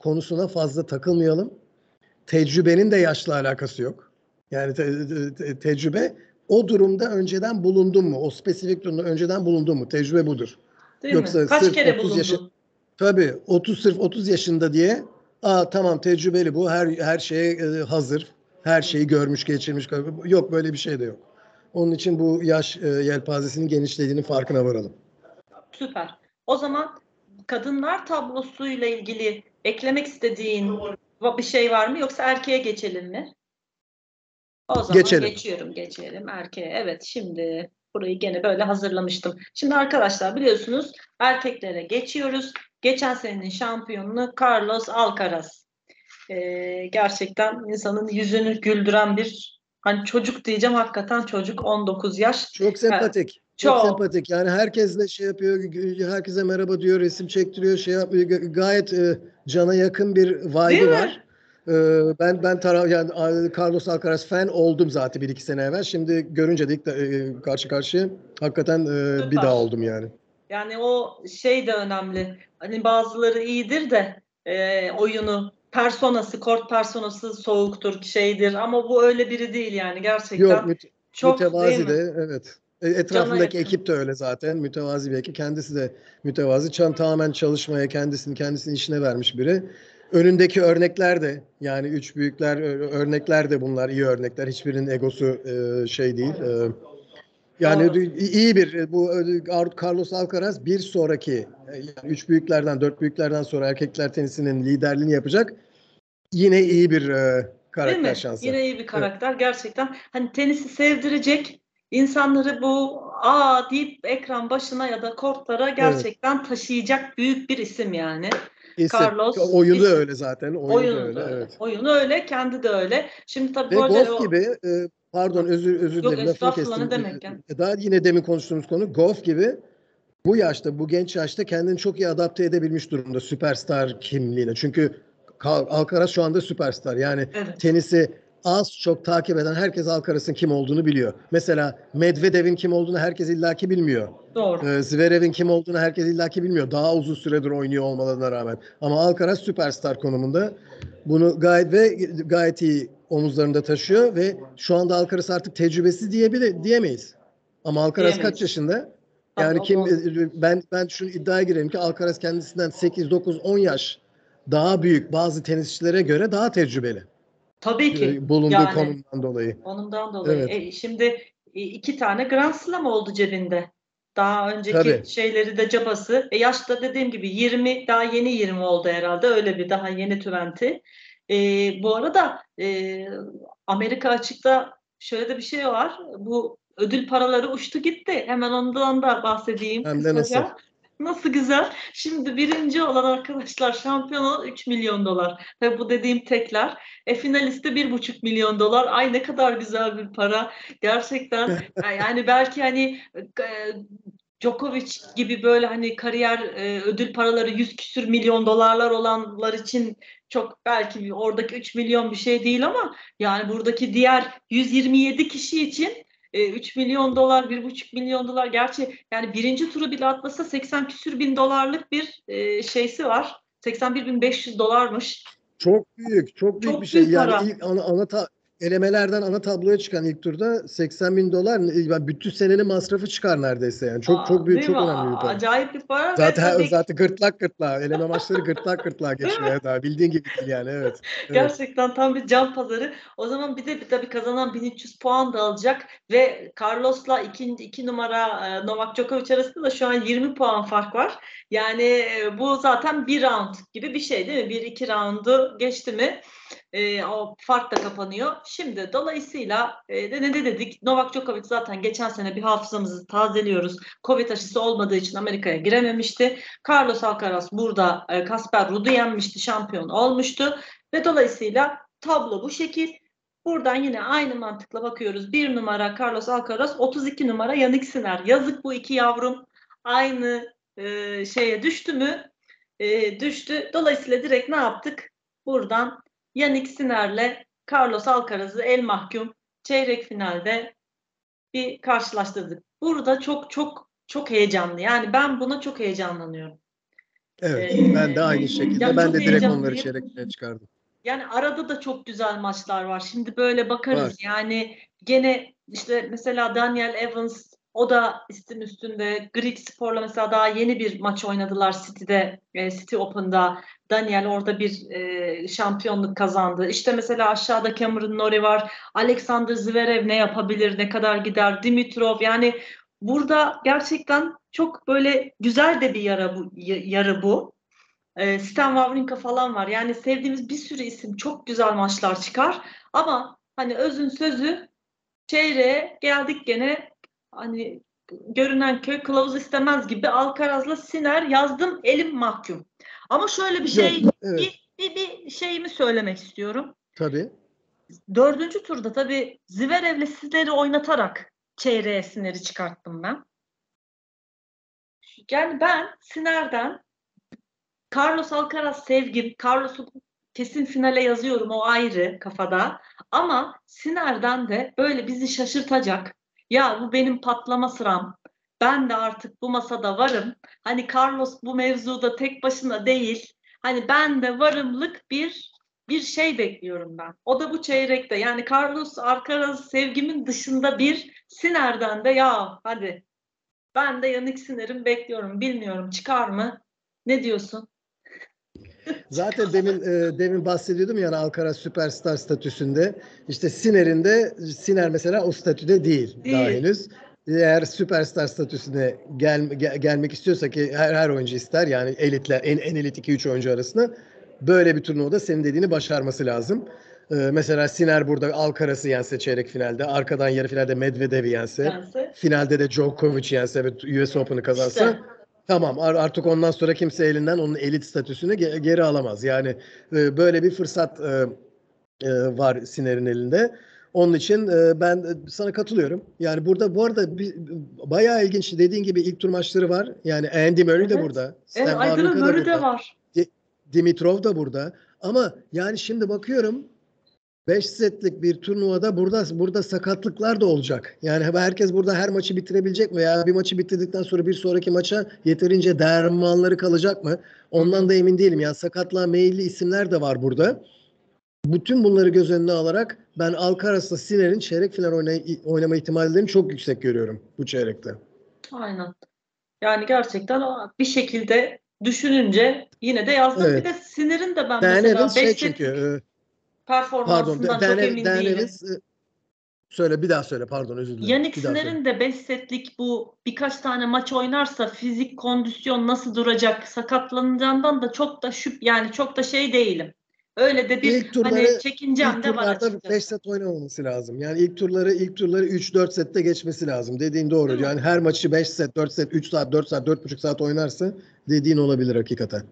konusuna fazla takılmayalım. Tecrübenin de yaşla alakası yok. Yani te, te, tecrübe o durumda önceden bulundun mu? O spesifik durumda önceden bulundun mu? Tecrübe budur. Değil mi? Yoksa Kaç sırf kere otuz yaşı bulundun? tabii otuz sırf otuz yaşında diye aa tamam tecrübeli bu her her şeye e, hazır. Her şeyi görmüş, geçirmiş. Yok böyle bir şey de yok. Onun için bu yaş e, yelpazesinin genişlediğinin farkına varalım. Süper. O zaman kadınlar tablosuyla ilgili eklemek istediğin bir şey var mı, yoksa erkeğe geçelim mi? O zaman Geçelim. geçiyorum, geçelim erkeğe. Evet, şimdi burayı gene böyle hazırlamıştım. Şimdi arkadaşlar biliyorsunuz erkeklere geçiyoruz. Geçen senenin şampiyonunu Carlos Alcaraz. Ee, gerçekten insanın yüzünü güldüren bir, hani çocuk diyeceğim, hakikaten çocuk, on dokuz yaş. Çok Ha, sempatik. Çok çok. sempatik. Yani herkesle şey yapıyor, herkese merhaba diyor, resim çektiriyor, şey yapıyor. Gayet e, cana yakın bir Değil vibe'ı var. mi? E, ben ben taraf yani Carlos Alcaraz fan oldum zaten bir iki sene evvel. Şimdi görünce de ilk de, e, karşı karşıya hakikaten e, bir daha Süper. oldum yani. Yani o şey de önemli. Hani bazıları iyidir de e, oyunu, personası, kort personası soğuktur, şeydir. Ama bu öyle biri değil yani, Yok gerçekten. müte, Çok, değil mütevazi mi? de evet. E, Cana Etrafındaki yakın. ekip de öyle zaten. Mütevazi bir ekip. Kendisi de mütevazi. Çan tamamen çalışmaya, kendisini kendisinin işine vermiş biri. Önündeki örnekler de yani üç büyükler örnekler de bunlar iyi örnekler. Hiçbirinin egosu e, şey değil. E, yani Doğru. iyi bir bu Carlos Alcaraz bir sonraki yani üç büyüklerden dört büyüklerden sonra erkekler tenisinin liderliğini yapacak. Yine iyi bir e, Değil karakter mi? şansı. Yine iyi bir Evet. karakter. Gerçekten hani tenisi sevdirecek, insanları bu aa deyip ekran başına ya da kortlara Evet. gerçekten taşıyacak büyük bir isim yani. İsim. Carlos Oyunu da isim. öyle zaten. Oyunu da Oyunu öyle. da öyle. Evet. Oyunu öyle, kendi de öyle. Şimdi tabii Ve bu arada golf o, gibi e, pardon özür özür yok dilerim lafını estağfurullah, ne kestim. demek ya? E, daha yine demin konuştuğumuz konu golf gibi bu yaşta bu genç yaşta kendini çok iyi adapte edebilmiş durumda süperstar kimliğine. Çünkü Alcaraz şu anda süperstar. Yani Evet. tenisi az çok takip eden herkes Alcaraz'ın kim olduğunu biliyor. Mesela Medvedev'in kim olduğunu herkes illaki bilmiyor. Doğru. Ee, Zverev'in kim olduğunu herkes illaki bilmiyor. Daha uzun süredir oynuyor olmalarına rağmen. Ama Alcaraz süperstar konumunda. Bunu gayet ve gayet iyi omuzlarında taşıyor ve şu anda Alcaraz artık tecrübesiz diyebilir diyemeyiz. Ama Alcaraz kaç Diyemeyiz. yaşında? Tabii Yani o da kim on. ben ben şu iddiaya girerim ki Alcaraz kendisinden sekiz dokuz on yaş daha büyük bazı tenisçilere göre daha tecrübeli. Tabii ki. Bulunduğu Yani konumdan dolayı. ondan dolayı. Evet. E, şimdi e, iki tane Grand Slam oldu cebinde. Daha önceki Tabii. şeyleri de cabası. E, yaşta dediğim gibi yirmi, daha yeni yirmi oldu herhalde. Öyle bir daha yeni tüventi. E, bu arada e, Amerika açıkta şöyle de bir şey var. Bu ödül paraları uçtu gitti. Hemen ondan da bahsedeyim Hem de nasıl? kısaca. Nasıl güzel. Şimdi birinci olan arkadaşlar, şampiyon olan üç milyon dolar. Tabii bu dediğim tekler. E, finaliste bir buçuk milyon dolar. Ay ne kadar güzel bir para. Gerçekten yani belki hani e, Djokovic gibi böyle hani kariyer e, ödül paraları yüz küsür milyon dolarlar olanlar için çok, belki oradaki üç milyon bir şey değil, ama yani buradaki diğer yüz yirmi yedi kişi için e, üç milyon dolar, bir buçuk milyon dolar. Gerçi yani birinci turu bile atlasa seksen küsür bin dolarlık bir e, şeysi var. seksen bir bin beş yüz dolarmış. Çok büyük, çok büyük bir Çok şey. büyük Yani para. ilk ana, ana ta- elemelerden ana tabloya çıkan ilk turda seksen bin dolar yani bütün senenin masrafı çıkar neredeyse yani. Çok çok Aa, büyük, değil mi? çok önemli bir Aa, para. acayip bir para ve Zaten tabii ki, zaten gırtlak gırtlağa. Eleme maçları gırtlak gırtlağa değil mi? geçiyor. Daha bildiğin gibi değil yani. Evet. Evet. Gerçekten tam bir can pazarı. O zaman bir de bir tabii kazanan bin üç yüz puan da alacak ve Carlos'la iki, iki numara e, Novak Djokovic arasında da şu an yirmi puan fark var. Yani e, bu zaten bir round gibi bir şey değil mi? Bir iki roundu geçti mi e, o fark da kapanıyor. Şimdi dolayısıyla e, de ne de dedik? Novak Djokovic zaten geçen sene, bir hafızamızı tazeliyoruz, Covid aşısı olmadığı için Amerika'ya girememişti. Carlos Alcaraz burada e, Casper Ruud'u yenmişti, şampiyon olmuştu ve dolayısıyla tablo bu şekil. Buradan yine aynı mantıkla bakıyoruz. Bir numara Carlos Alcaraz, otuz iki numara Jannik Sinner. Yazık bu iki yavrum, aynı e, şeye düştü mü? E, düştü. Dolayısıyla direkt ne yaptık? Buradan Jannik Sinner'le Carlos Alcaraz'ı el mahkum çeyrek finalde bir karşılaştırdık. Burada çok çok çok heyecanlı. Yani ben buna çok heyecanlanıyorum. Evet, Ee, ben de aynı şekilde. yani Ben çok de direkt onları heyecanlıyım. çeyrek finale çıkardım. Yani arada da çok güzel maçlar var. Şimdi böyle Var. bakarız. Yani gene işte mesela Daniel Evans, o da istin üstünde. Greek Spor'la mesela daha yeni bir maç oynadılar City'de, e, City Open'da. Daniel orada bir e, şampiyonluk kazandı. İşte mesela aşağıda Cameron Norrie var. Alexander Zverev ne yapabilir, ne kadar gider? Dimitrov, yani burada gerçekten çok böyle güzel de bir yara bu, yarı bu. E, Stan Wawrinka falan var. Yani sevdiğimiz bir sürü isim, çok güzel maçlar çıkar. Ama hani özün sözü, çeyreğe geldik gene, hani görünen köy kılavuz istemez gibi Alcaraz'la Sinner yazdım, elim mahkum. Ama şöyle bir Yok, şey, evet, bir, bir, bir şeyimi söylemek istiyorum. tabii. Dördüncü turda tabii Zverev'le Sinner'i oynatarak çeyreğe Sinner'i çıkarttım ben. Yani ben Sinner'den Carlos Alcaraz sevgim. Carlos'u kesin finale yazıyorum, o ayrı kafada. Ama Sinner'den de böyle bizi şaşırtacak. Ya bu benim patlama sıram. Ben de artık bu masada varım. Hani Carlos bu mevzuda tek başına değil. Hani ben de varımlık bir bir şey bekliyorum ben. O da bu çeyrekte. Yani Carlos Alcaraz sevgimin dışında bir Sinner'den de ya hadi ben de Yannick Sinner'im bekliyorum. Bilmiyorum çıkar mı? Ne diyorsun? Zaten demin e, demin bahsediyordum yani Alcaraz süperstar statüsünde. İşte Sinner'in de Sinner mesela o statüde değil daha Değil. henüz. Eğer süperstar statüsüne gel, gel- gelmek istiyorsa ki her her oyuncu ister yani elitler en, en elit iki üç oyuncu arasında böyle bir turnuvada senin dediğini başarması lazım. Ee, mesela Sinner burada Alcaraz'ı yense çeyrek finalde, arkadan yarı finalde Medvedev'i yense, Dense. finalde de Djokovic yense ve U S Open'ı kazansa İşte. tamam artık ondan sonra kimse elinden onun elit statüsünü geri alamaz. Yani e, böyle bir fırsat e, e, var Sinner'in elinde. Onun için e, ben sana katılıyorum. Yani burada bu arada bir, bayağı ilginç dediğin gibi ilk tur maçları var. Yani Andy Murray de Evet. burada. Evet, Stan Aydın'ın Wawrinka da Murray de burada. var. Dimitrov da burada. Ama yani şimdi bakıyorum beş setlik bir turnuvada burada burada sakatlıklar da olacak. Yani herkes burada her maçı bitirebilecek mi? Veya bir maçı bitirdikten sonra bir sonraki maça yeterince dermanları kalacak mı? Ondan da emin değilim. Yani sakatlığa meyilli isimler de var burada. Bütün bunları göz önüne alarak ben Alcaraz'la Sinner'in çeyrek final oynay- oynama ihtimallerini çok yüksek görüyorum bu çeyrekte. Aynen. Yani gerçekten bir şekilde düşününce yine de yazdım. Bir de Evet. Sinir'in de ben Dan mesela Evans beş şey çünkü setlik e, pardon performansından Dan, çok Ev- emin Dan değilim. Evans e, söyle bir daha söyle pardon özür dilerim. Yannick Bir daha söyle. Sinner'in de beş setlik bu birkaç tane maç oynarsa fizik kondisyon nasıl duracak, sakatlanacağından da çok da şüp yani çok da şey değilim. Öyle de bir İlk hani turları ilk çekincem de var turlarda beş açıkçası. set oynamaması lazım. Yani ilk turları ilk turları üç dört sette geçmesi lazım. Dediğin doğru. Değil mi? Yani her maçı beş set, dört set, üç saat, dört saat, dört buçuk saat oynarsa dediğin olabilir hakikaten.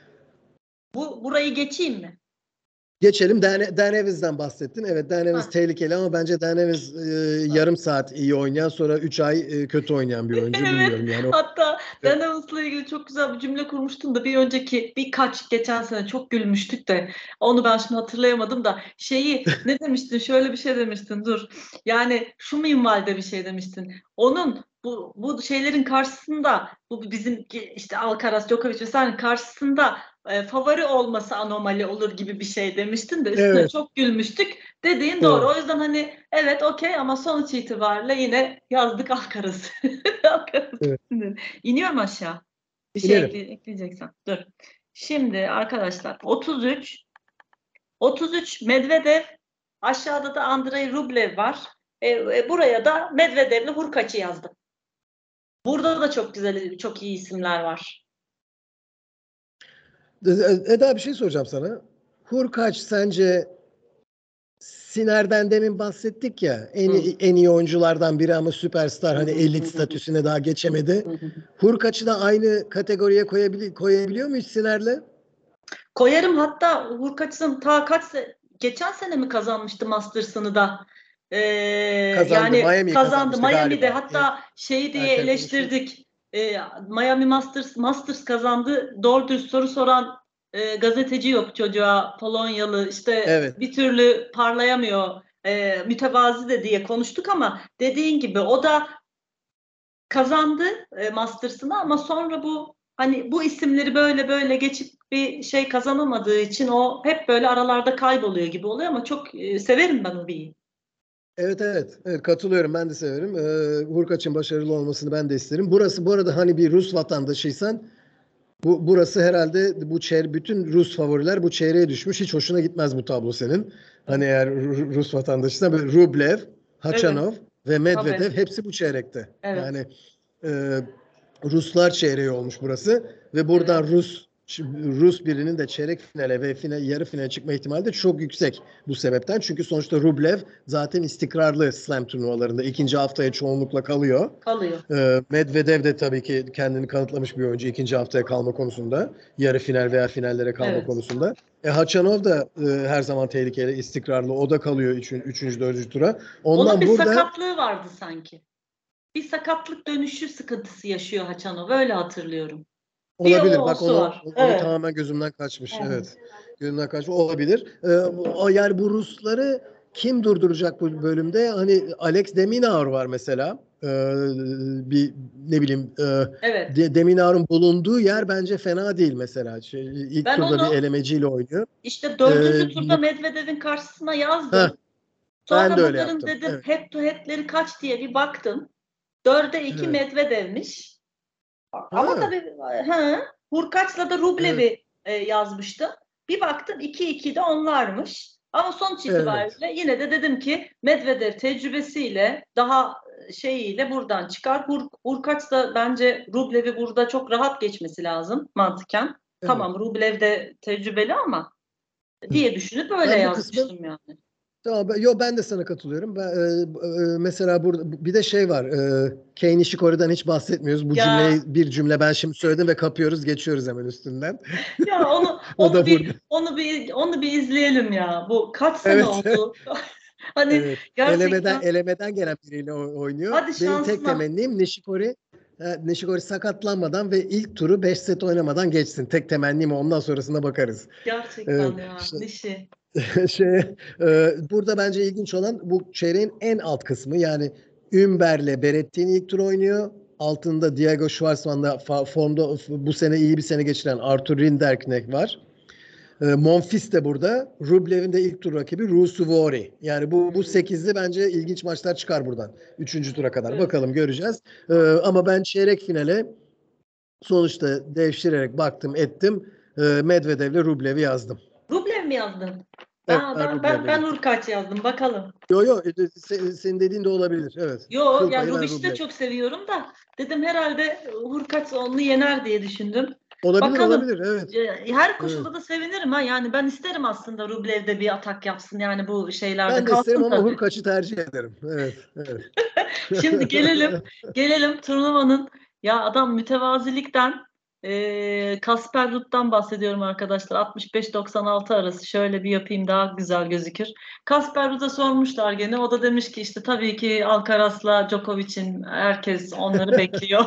Bu burayı geçeyim mi? Geçelim. Dan, Dan Evans'dan bahsettin. Evet Dan Evans Heh. tehlikeli ama bence Dan Evans e, yarım saat iyi oynayan sonra üç ay e, kötü oynayan bir oyuncu. Evet. Bilmiyorum yani. O, Hatta Dan Evans'la ilgili çok güzel bir cümle kurmuştun da bir önceki birkaç geçen sene çok gülmüştük de onu ben şimdi hatırlayamadım da şeyi ne demiştin? Şöyle bir şey demiştin. Dur. Yani şu minvalde bir şey demiştin. Onun bu bu şeylerin karşısında bu bizim işte Alcaraz, Djokovic vesaire karşısında e, favori olması anomali olur gibi bir şey demiştin de üstüne evet. çok gülmüştük. Dediğin doğru. Doğru. O yüzden hani evet okey ama sonuç itibariyle yine yazdık Alcaraz'ı. Alcaraz. Evet. İniyorum aşağı. Bir şey İnelim. ekle, ekleyeceksen. Dur. Şimdi arkadaşlar otuz üç otuz üç Medvedev, aşağıda da Andrei Rublev var. E, e, buraya da Medvedev'le Hurkaç'ı yazdım. Burada da çok güzel, çok iyi isimler var. Eda bir şey soracağım sana. Hurkaç sence Siner'den demin bahsettik ya en, Hı. en iyi oyunculardan biri ama süperstar Hı hani hı, elit hı hı, statüsüne daha geçemedi. hı hı. Hurkaç'ı da aynı kategoriye koyabili koyabiliyor muyuz Siner'le? Koyarım, hatta Hurkaç'ın ta kaç se- geçen sene mi kazanmıştı Masters'ını da? Ee, Kazandı. yani Miami'yi kazandı kazanmıştı Miami'de, galiba. E, hatta şeyi diye erken konuştuk. eleştirdik. Ee, Miami Masters Masters kazandı. Doğru dürüst soru soran e, gazeteci yok çocuğa. Polonyalı işte Evet. bir türlü parlayamıyor. E, mütevazi de diye konuştuk ama dediğin gibi o da kazandı e, Masters'ını ama sonra bu hani bu isimleri böyle böyle geçip bir şey kazanamadığı için o hep böyle aralarda kayboluyor gibi oluyor ama çok e, severim ben Ubi'yi. Evet, evet. Evet, katılıyorum. Ben de severim. Ee, Hurkaç'ın başarılı olmasını ben de isterim. Burası bu arada hani bir Rus vatandaşıysan bu burası herhalde bu çeyre, bütün Rus favoriler bu çeyreğe düşmüş. Hiç hoşuna gitmez bu tablo senin. Hani Evet. eğer Ru- Rus vatandaşıysan böyle Rublev, Evet. Hachanov ve Tabii. Medvedev hepsi bu çeyrekte. Evet. Yani e, Ruslar çeyreği olmuş burası ve Evet. buradan Rus Rus birinin de çeyrek finale ve final, yarı finale çıkma ihtimali de çok yüksek bu sebepten. Çünkü sonuçta Rublev zaten istikrarlı slam turnuvalarında ikinci haftaya çoğunlukla kalıyor. Kalıyor. Ee, Medvedev de tabii ki kendini kanıtlamış bir oyuncu ikinci haftaya kalma konusunda. Yarı final veya finallere kalma Evet. konusunda. E, Hachanov da e, her zaman tehlikeli, istikrarlı. O da kalıyor üçün, üçüncü, dördüncü tura. Onun Ondan bir burada sakatlığı vardı sanki. Bir sakatlık dönüşü sıkıntısı yaşıyor Haçanov. Öyle hatırlıyorum. Bir o olabilir. Bak olsu onu var. onu Evet. tamamen gözümden kaçmış. Evet. Evet. Gözümden kaçmış olabilir. Ee, o yani bu Rusları kim durduracak bu bölümde? Hani Alex Deminaur var mesela. Ee, bir ne bileyim e, Evet. De, Deminaur'un bulunduğu yer bence fena değil mesela. Şey, ilk Ben turda bir onu elemeciyle oynuyor. işte Ee, dördüncü turda Medvedev'in karşısına heh, yazdım. ben de Sonra öyle bunların yaptım. dedim Evet. head to head'leri kaç diye bir baktım. Dörde iki Evet. Medvedev'miş. Ama Ha, tabii ha, Hurkaç'la da evet. Rublev'i e, yazmıştım. Bir baktım iki iki de onlarmış. Ama sonuç Evet. itibariyle yine de dedim ki Medvedev tecrübesiyle daha e, şeyiyle buradan çıkar. Hur, Hurkaç da bence Rublev'i burada çok rahat geçmesi lazım mantıken. Evet. Tamam Rublev de tecrübeli ama diye düşünüp öyle Ben bu kısmı yazmıştım yani. tamam, ben, yo ben de sana katılıyorum. Ben, e, e, mesela burada bir de şey var. E, Kei Nishikori'den hiç bahsetmiyoruz. Bu Ya cümleyi bir cümle ben şimdi söyledim ve kapıyoruz, geçiyoruz hemen üstünden. ya onu O onu da burada. bir onu bir onu bir izleyelim ya. Bu kaç sene Evet. oldu? Hani Evet. Elemeden gerçekten elemeden gelen biriyle o- oynuyor. hadi Benim tek şansına. temennim Nishikori e, Nishikori sakatlanmadan ve ilk turu beş set oynamadan geçsin. Tek temennim o. Ondan sonrasına bakarız. Evet. Gerçekten ya. İşte Nişi. şey, e, burada bence ilginç olan bu çeyreğin en alt kısmı. Yani Ümber'le Berrettini ilk tur oynuyor. Altında Diego Schwartzman'da fa- formda bu sene iyi bir sene geçiren Arthur Rinderknecht var. E, Monfils de burada. Rublev'in de ilk tur rakibi Rusuvori. Yani bu bu Hmm. sekizli bence ilginç maçlar çıkar buradan. Üçüncü tura kadar. Evet. Bakalım, göreceğiz. E, ama ben çeyrek finale sonuçta devşirerek baktım ettim. E, Medvedev'le Rublev'i yazdım. Rublev mi yazdın? Evet, Ben ben ben ben Rublev'le ben gittim. Urkaç yazdım. Bakalım. Yo yo e, se- senin dediğin de olabilir. Evet. Yo Kıl ya payı ben Rubic'i de Rublev. çok seviyorum da dedim herhalde Hurkaç onu yener diye düşündüm. Olabilir Bakalım. olabilir. Evet. E, Her Evet. koşulda da sevinirim ha. Yani ben isterim aslında Rublev de bir atak yapsın. Yani bu şeylerde Ben de isterim kalsın ama tabii. Hurkaç'ı tercih ederim. Evet. Evet. Şimdi gelelim gelelim turnuvanın ya adam mütevazilikten e, Kasper Ruud'dan bahsediyorum arkadaşlar. altmış beş doksan altı arası şöyle bir yapayım daha güzel gözükür. Kasper Ruud'a sormuşlar gene. O da demiş ki işte tabii ki Alcaraz'la Djokovic'in herkes onları bekliyor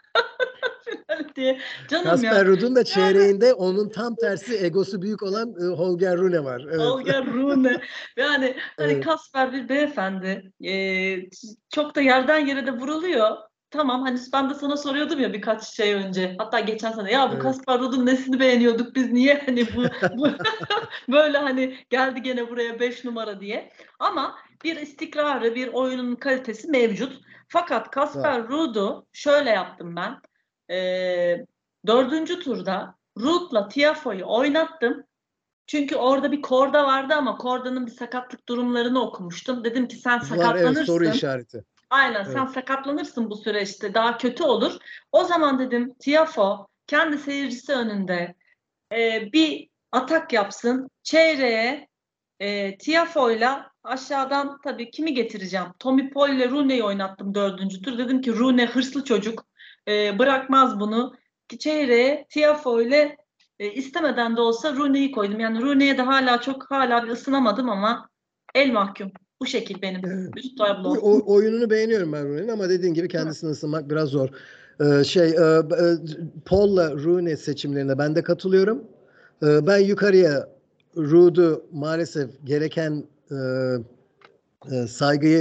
diye. Canım ya. Kasper Ruud'un da Yani çeyreğinde onun tam tersi egosu büyük olan e, Holger Rune var. Evet. Holger Rune. Yani hani Evet. Kasper bir beyefendi. Ee, çok da yerden yere de vuruluyor. Tamam hani ben de sana soruyordum ya birkaç şey önce. Hatta geçen sene ya bu Evet. Kasper Ruud'un nesini beğeniyorduk biz niye hani bu, bu böyle hani geldi gene buraya beş numara diye. Ama bir istikrarı, bir oyunun kalitesi mevcut. Fakat Var. Kasper Ruud'u şöyle yaptım ben. Ee, dördüncü turda Ruud'la Tiafoe'yu oynattım. Çünkü orada bir korda vardı ama kordanın bir sakatlık durumlarını okumuştum. Dedim ki sen Var, evet, soru sakatlanırsın. işareti. Aynen sen Evet. sakatlanırsın bu süreçte daha kötü olur. O zaman dedim Tiafoe kendi seyircisi önünde e, bir atak yapsın. Çeyreğe e, Tiafoe'yla aşağıdan tabii kimi getireceğim? Tommy Paul ile Rooney'i oynattım dördüncü tur. Dedim ki Rooney hırslı çocuk e, bırakmaz bunu. Çeyreğe Tiafoe ile e, istemeden de olsa Rooney'i koydum. Yani Rooney'e de hala çok hala bir ısınamadım ama el mahkum. Bu şekil benim Evet. üst Bu tablom. o- oyununu beğeniyorum ben Rooney'nin ama dediğin gibi kendisini ısınmak biraz zor. Ee, şey e, e, Paul'la Rooney seçimlerine ben de katılıyorum. Ee, ben yukarıya Ruud'u maalesef gereken e, e, saygıyı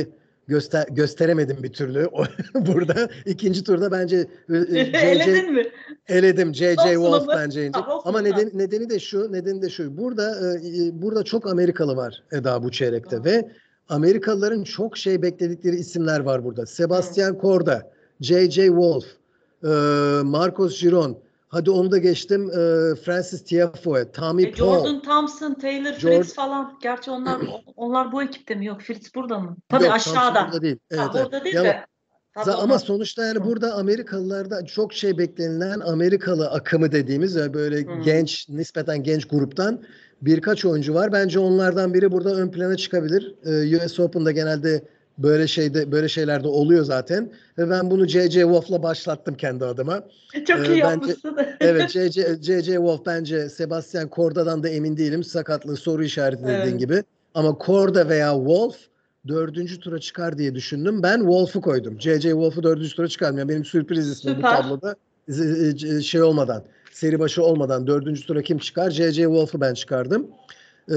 göster gösteremedim bir türlü. Burada ikinci turda bence C C Eledin mi? eledim. C C Olsun Wolf ama. bence yenecek. Ha, olsun. Ama Ha. nedeni, nedeni de şu, nedeni de şu. Burada e, burada çok Amerikalı var Eda bu çeyrekte Aa. ve Amerikalıların çok şey bekledikleri isimler var burada. Sebastian Korda, C C Wolf, e, Marcos Giron. Hadi onu da geçtim. E, Francis Tiafoe, Tommy E, Paul. Jordan Thompson, Taylor Jordan- Fritz falan. Gerçi onlar onlar bu ekipte mi? Yok, Fritz burada mı? Tabii Yok, aşağıda. Thompson burada değil. Evet, Ha, evet. orada değil Ya de. Tabii ama onlar- sonuçta yani Hı. burada Amerikalılarda çok şey beklenilen Amerikalı akımı dediğimiz ve böyle Hı. genç, nispeten genç gruptan birkaç oyuncu var. Bence onlardan biri burada ön plana çıkabilir. Ee, U S Open'da genelde böyle şeyde böyle şeylerde oluyor zaten ve ben bunu C C Wolf'la başlattım kendi adıma. Çok Ee, iyi bence- yapmışsın. Evet, C C C C Wolf bence Sebastian Korda'dan da emin değilim. Sakatlığı soru işareti dediğin Evet. gibi. Ama Korda veya Wolf dördüncü tura çıkar diye düşündüm. Ben Wolf'u koydum. C C Wolf'u dördüncü tura çıkardım. Yani benim sürpriz ismim bu Süper. tabloda z- z- şey olmadan, seri başı olmadan dördüncü tura kim çıkar? C C Wolf'u ben çıkardım. Ee,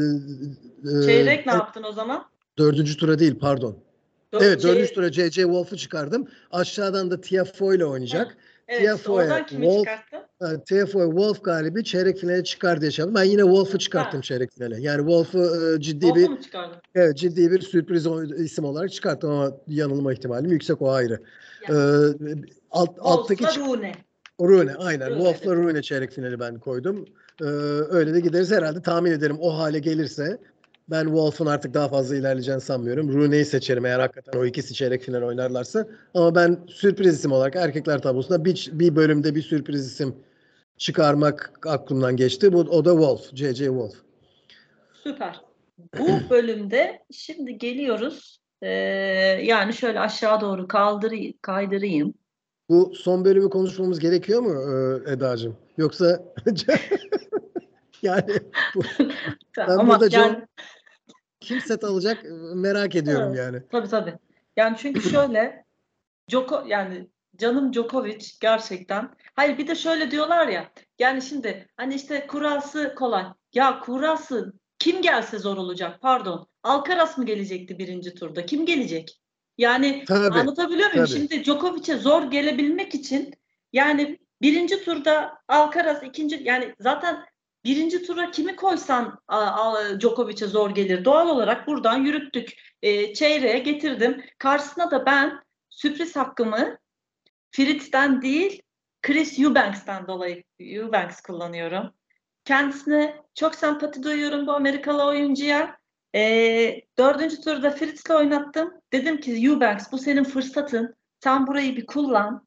e, Çeyrek ne e, yaptın o zaman? Dördüncü tura değil, pardon. Dört- Evet, dördüncü çeyrek- tura C C Wolf'u çıkardım. Aşağıdan da Tiafoe ile oynayacak. Evet, işte Tiafoe, oradan kimi Wolf, çıkarttın? e, Tiafoe Wolf galibi çeyrek finale çıkar diye şey yaptım. Ben yine Wolf'u çıkarttım Ha. çeyrek finale. Yani Wolf'u e, ciddi Wolf'u bir mu çıkardın? evet, ciddi bir sürpriz oy- isim olarak çıkarttım ama yanılma ihtimalim yüksek, o ayrı. Ya. Ee, alt, alttaki Wolf'la Rune. Rune, aynen. Rune, Wolf'la Rune çeyrek finali ben koydum. Ee, öyle de gideriz herhalde, tahmin ederim o hale gelirse. Ben Wolf'un artık daha fazla ilerleyeceğini sanmıyorum. Rune'yi seçerim eğer hakikaten o ikisi çeyrek final oynarlarsa. Ama ben sürpriz isim olarak erkekler tablosunda bir, bir bölümde bir sürpriz isim çıkarmak aklımdan geçti. Bu, o da Wolf, C C Wolf. Süper. Bu bölümde şimdi geliyoruz. Ee, yani şöyle aşağı doğru kaldırayım, kaydırayım. Bu son bölümü konuşmamız gerekiyor mu e, Eda'cığım? Yoksa yani bu, ben Ama burada yani John kim set alacak e, merak ediyorum Evet. yani. tabii tabii. Yani çünkü şöyle Joko yani canım Djokovic gerçekten. Hayır, bir de şöyle diyorlar ya. Yani şimdi hani işte kurası kolay. Ya kurası kim gelse zor olacak. Pardon. Alcaraz mı gelecekti birinci turda? Kim gelecek? Yani Tabii, anlatabiliyor muyum? tabii. Şimdi Djokovic'e zor gelebilmek için yani birinci turda Alcaraz, ikinci yani zaten birinci tura kimi koysan a, a, Djokovic'e zor gelir. Doğal olarak buradan yürüttük. E, çeyreğe getirdim. Karşısına da ben sürpriz hakkımı Fritz'ten değil, Chris Eubanks'ten dolayı Eubanks kullanıyorum. Kendisine çok sempati duyuyorum bu Amerikalı oyuncuya. Ee, dördüncü turda Fritz'le oynattım. Dedim ki Eubanks, bu senin fırsatın. Sen burayı bir kullan.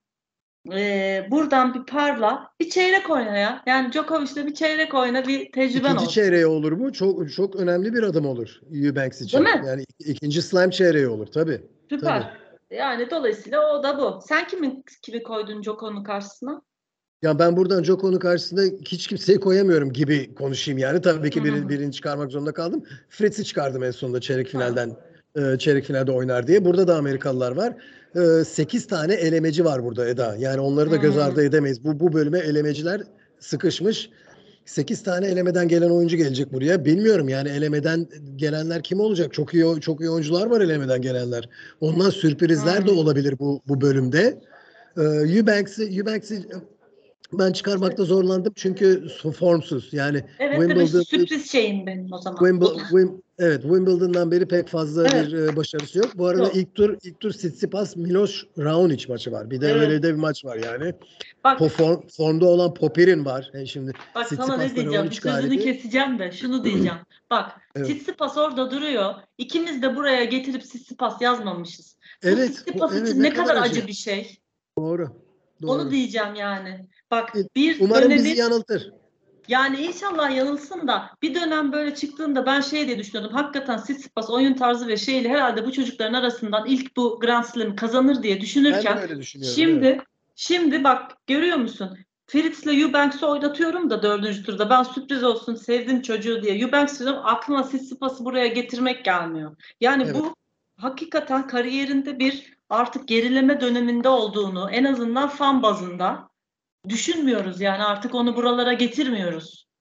Ee, buradan bir parla. Bir çeyrek oyna ya. Yani Djokovic'le bir çeyrek oyna, bir tecrüben İkinci olsun. çeyreği olur mu? Çok çok önemli bir adım olur Eubanks için. Değil mi? Yani ik- ikinci slam çeyreği olur tabii. Süper. Tabii. Yani dolayısıyla o da bu. Sen kimin kimi koydun Djokovic'in karşısına? Ya ben buradan Djokovic'in karşısında hiç kimseyi koyamıyorum gibi konuşayım yani. Tabii ki Hı hı. birini, birini çıkarmak zorunda kaldım. Fritz'i çıkardım en sonunda çeyrek finalden. e, çeyrek finalde oynar diye. Burada da Amerikalılar var. E, sekiz tane elemeci var burada Eda. Yani onları da göz Hmm. ardı edemeyiz. Bu, bu bölüme elemeciler sıkışmış. sekiz tane elemeden gelen oyuncu gelecek buraya. Bilmiyorum yani elemeden gelenler kim olacak? Çok iyi çok iyi oyuncular var elemeden gelenler. Ondan sürprizler de Hmm. olabilir bu bu bölümde. Ee, Eubanks'i Eubanks'i ben çıkarmakta zorlandım çünkü formsuz. Yani Evet, de bir Wimbledon sürpriz şeyim benim o zaman. Wimbledon, Wim, evet, Wimbledon'dan beri pek fazla Evet. bir e, başarısı yok. Bu arada Yok. ilk tur ilk tur Tsitsipas Miloš Raonic maçı var. Bir de Evet. öyle de bir maç var yani. Bak, Po form, formda olan Popir'in var. E şimdi bak sana Tsitsipas'la ne diyeceğim? Bir Raonic sözünü galibi. keseceğim de şunu diyeceğim. Bak, Evet. Tsitsipas orada duruyor. İkimiz de buraya getirip Tsitsipas yazmamışız. Bu Evet, bu- Tsitsipas evet, için ne ne kadar kadar acı acı. bir şey. Doğru. Doğru. Onu diyeceğim yani. Bak, E, bir Umarım bizi dönemi yanıltır. yani inşallah yanılsın da bir dönem böyle çıktığında ben şey diye düşünüyordum. Hakikaten Tsitsipas oyun tarzı ve şeyle herhalde bu çocukların arasından ilk bu Grand Slam'ı kazanır diye Ben de düşünürken öyle düşünüyorum. şimdi evet. şimdi bak görüyor musun? Fritz'le Eubanks'ı oynatıyorum da dördüncü turda. Ben sürpriz olsun sevdim çocuğu diye. Eubanks diyorum, aklıma Tsitsipas'ı buraya getirmek gelmiyor. Yani Evet. bu hakikaten kariyerinde bir artık gerileme döneminde olduğunu en azından fan bazında düşünmüyoruz yani artık onu buralara getirmiyoruz.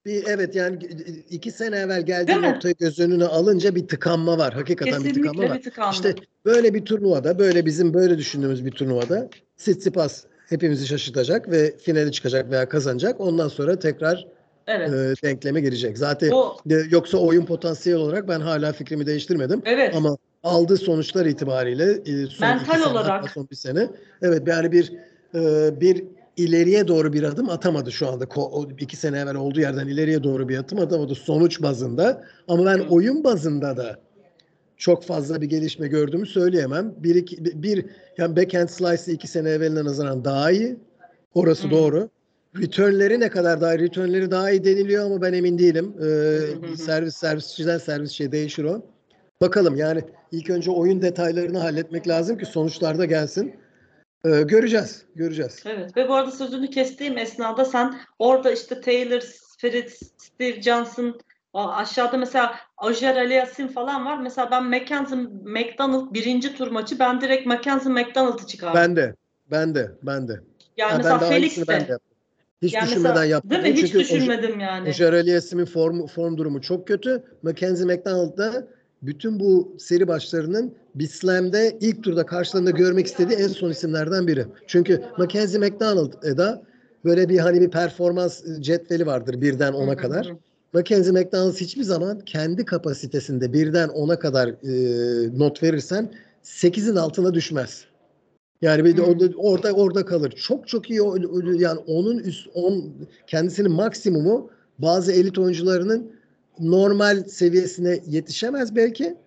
Bir, evet yani iki sene evvel Değil geldiği mi? noktayı göz önüne alınca bir tıkanma var. Hakikaten bir tıkanma Kesinlikle var. bir tıkandı. İşte böyle bir turnuvada, böyle bizim böyle düşündüğümüz bir turnuvada Tsitsipas hepimizi şaşırtacak ve finale çıkacak veya kazanacak. Ondan sonra tekrar Evet. e, denkleme girecek. Zaten O e, yoksa oyun potansiyel olarak ben hala fikrimi değiştirmedim. evet. Ama aldığı sonuçlar itibariyle e, son Mental iki sene hatta olarak son bir sene evet yani bir e, bir ileriye doğru bir adım atamadı şu anda. Ko- o iki sene evvel olduğu yerden ileriye doğru bir adım atamadı sonuç bazında. Ama ben Hı. oyun bazında da çok fazla bir gelişme gördüğümü söyleyemem. Bir, iki, bir yani backhand slice'ı iki sene evveline nazaran daha iyi. Orası Hı. doğru. Return'leri ne kadar daha iyi? Return'leri daha iyi deniliyor ama ben emin değilim. Hı hı Ee, hı. servis servisçiden servis şey değişir o. Bakalım yani ilk önce oyun detaylarını halletmek lazım ki sonuçlarda gelsin. Ee, göreceğiz. Göreceğiz. Evet ve bu arada sözünü kestiğim esnada sen orada işte Taylor Fritz, Steve Johnson, a- aşağıda mesela Auger Aliassime falan var. Mesela ben Mackenzie McDonald birinci tur maçı ben direkt Mackenzie McDonald'ı çıkardım. Ben de. Ben de. Ben de. Yani Ha, ben mesela de aynısını Felix ben de de. yaptım. Hiç Yani düşünmeden mesela yaptım değil mi? bunu. Hiç Çünkü Oje- düşünmedim yani. Ojer Aliassime'in form, form durumu çok kötü. Mackenzie McDonald da bütün bu seri başlarının bir slam'de ilk turda karşılarında görmek istediği en son isimlerden biri. Çünkü Mackenzie McDonald da böyle bir hani bir performans cetveli vardır birden Hı ona hı kadar. hı. Mackenzie McDonald hiçbir zaman kendi kapasitesinde birden ona kadar e, not verirsen sekizin altına düşmez. Yani bir de Hı. orada orada orada kalır. Çok çok iyi yani onun üst on kendisinin maksimumu bazı elit oyuncularının normal seviyesine yetişemez belki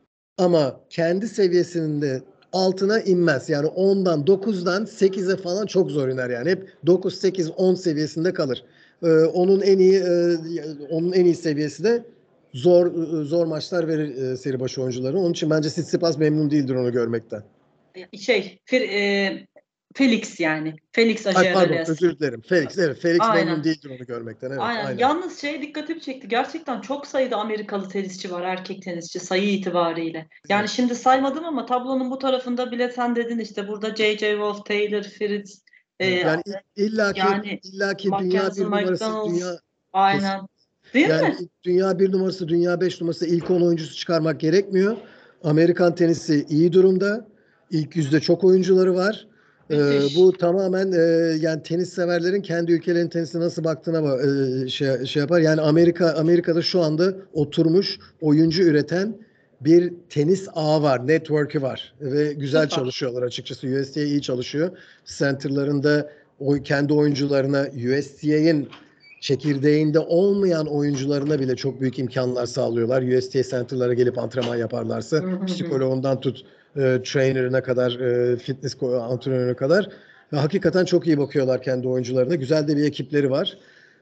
ama kendi seviyesinin de altına inmez. Yani ondan dokuzdan sekize falan çok zor iner yani. Hep dokuz sekiz on seviyesinde kalır. Ee, onun en iyi e, onun en iyi seviyesi de zor zor maçlar verir e, seri başı oyuncuların. Onun için bence Tsitsipas memnun değildir onu görmekten. Şey Fer, e, Felix yani. Felix Ay Auger pardon Aliassime. özür dilerim. Felix evet Felix memnun Aynen. değildir onu görmekten evet Aynen. aynen. Yalnız şey dikkatimi çekti. Gerçekten çok sayıda Amerikalı tenisçi var, erkek tenisçi sayı itibariyle. Yani Evet. şimdi saymadım ama tablonun bu tarafında bile sen dedin işte burada J J. Wolf, Taylor Fritz, Evet. e, Yani illaki yani illaki dünya Mackenzie bir numarası McDonald, dünya kesin. aynen. Değil Yani mi? dünya bir numarası dünya beş numarası ilk on oyuncusu çıkarmak gerekmiyor. Amerikan tenisi iyi durumda. İlk yüzde çok oyuncuları var. Ee, Müthiş. bu tamamen e, yani tenis severlerin kendi ülkelerinin tenisine nasıl baktığına ba- e, şey, şey yapar. Yani Amerika Amerika'da şu anda oturmuş oyuncu üreten bir tenis ağı var, network'ü var ve güzel Süper. çalışıyorlar açıkçası. U S T A iyi çalışıyor. Center'larında o kendi oyuncularına U S T A'nin çekirdeğinde olmayan oyuncularına bile çok büyük imkanlar sağlıyorlar. U S T A Center'lara gelip antrenman yaparlarsa Hı hı hı. psikoloğundan tut e, trainer'ına kadar, e, fitness ko- antrenörüne kadar ve hakikaten çok iyi bakıyorlar kendi oyuncularına. Güzel de bir ekipleri var.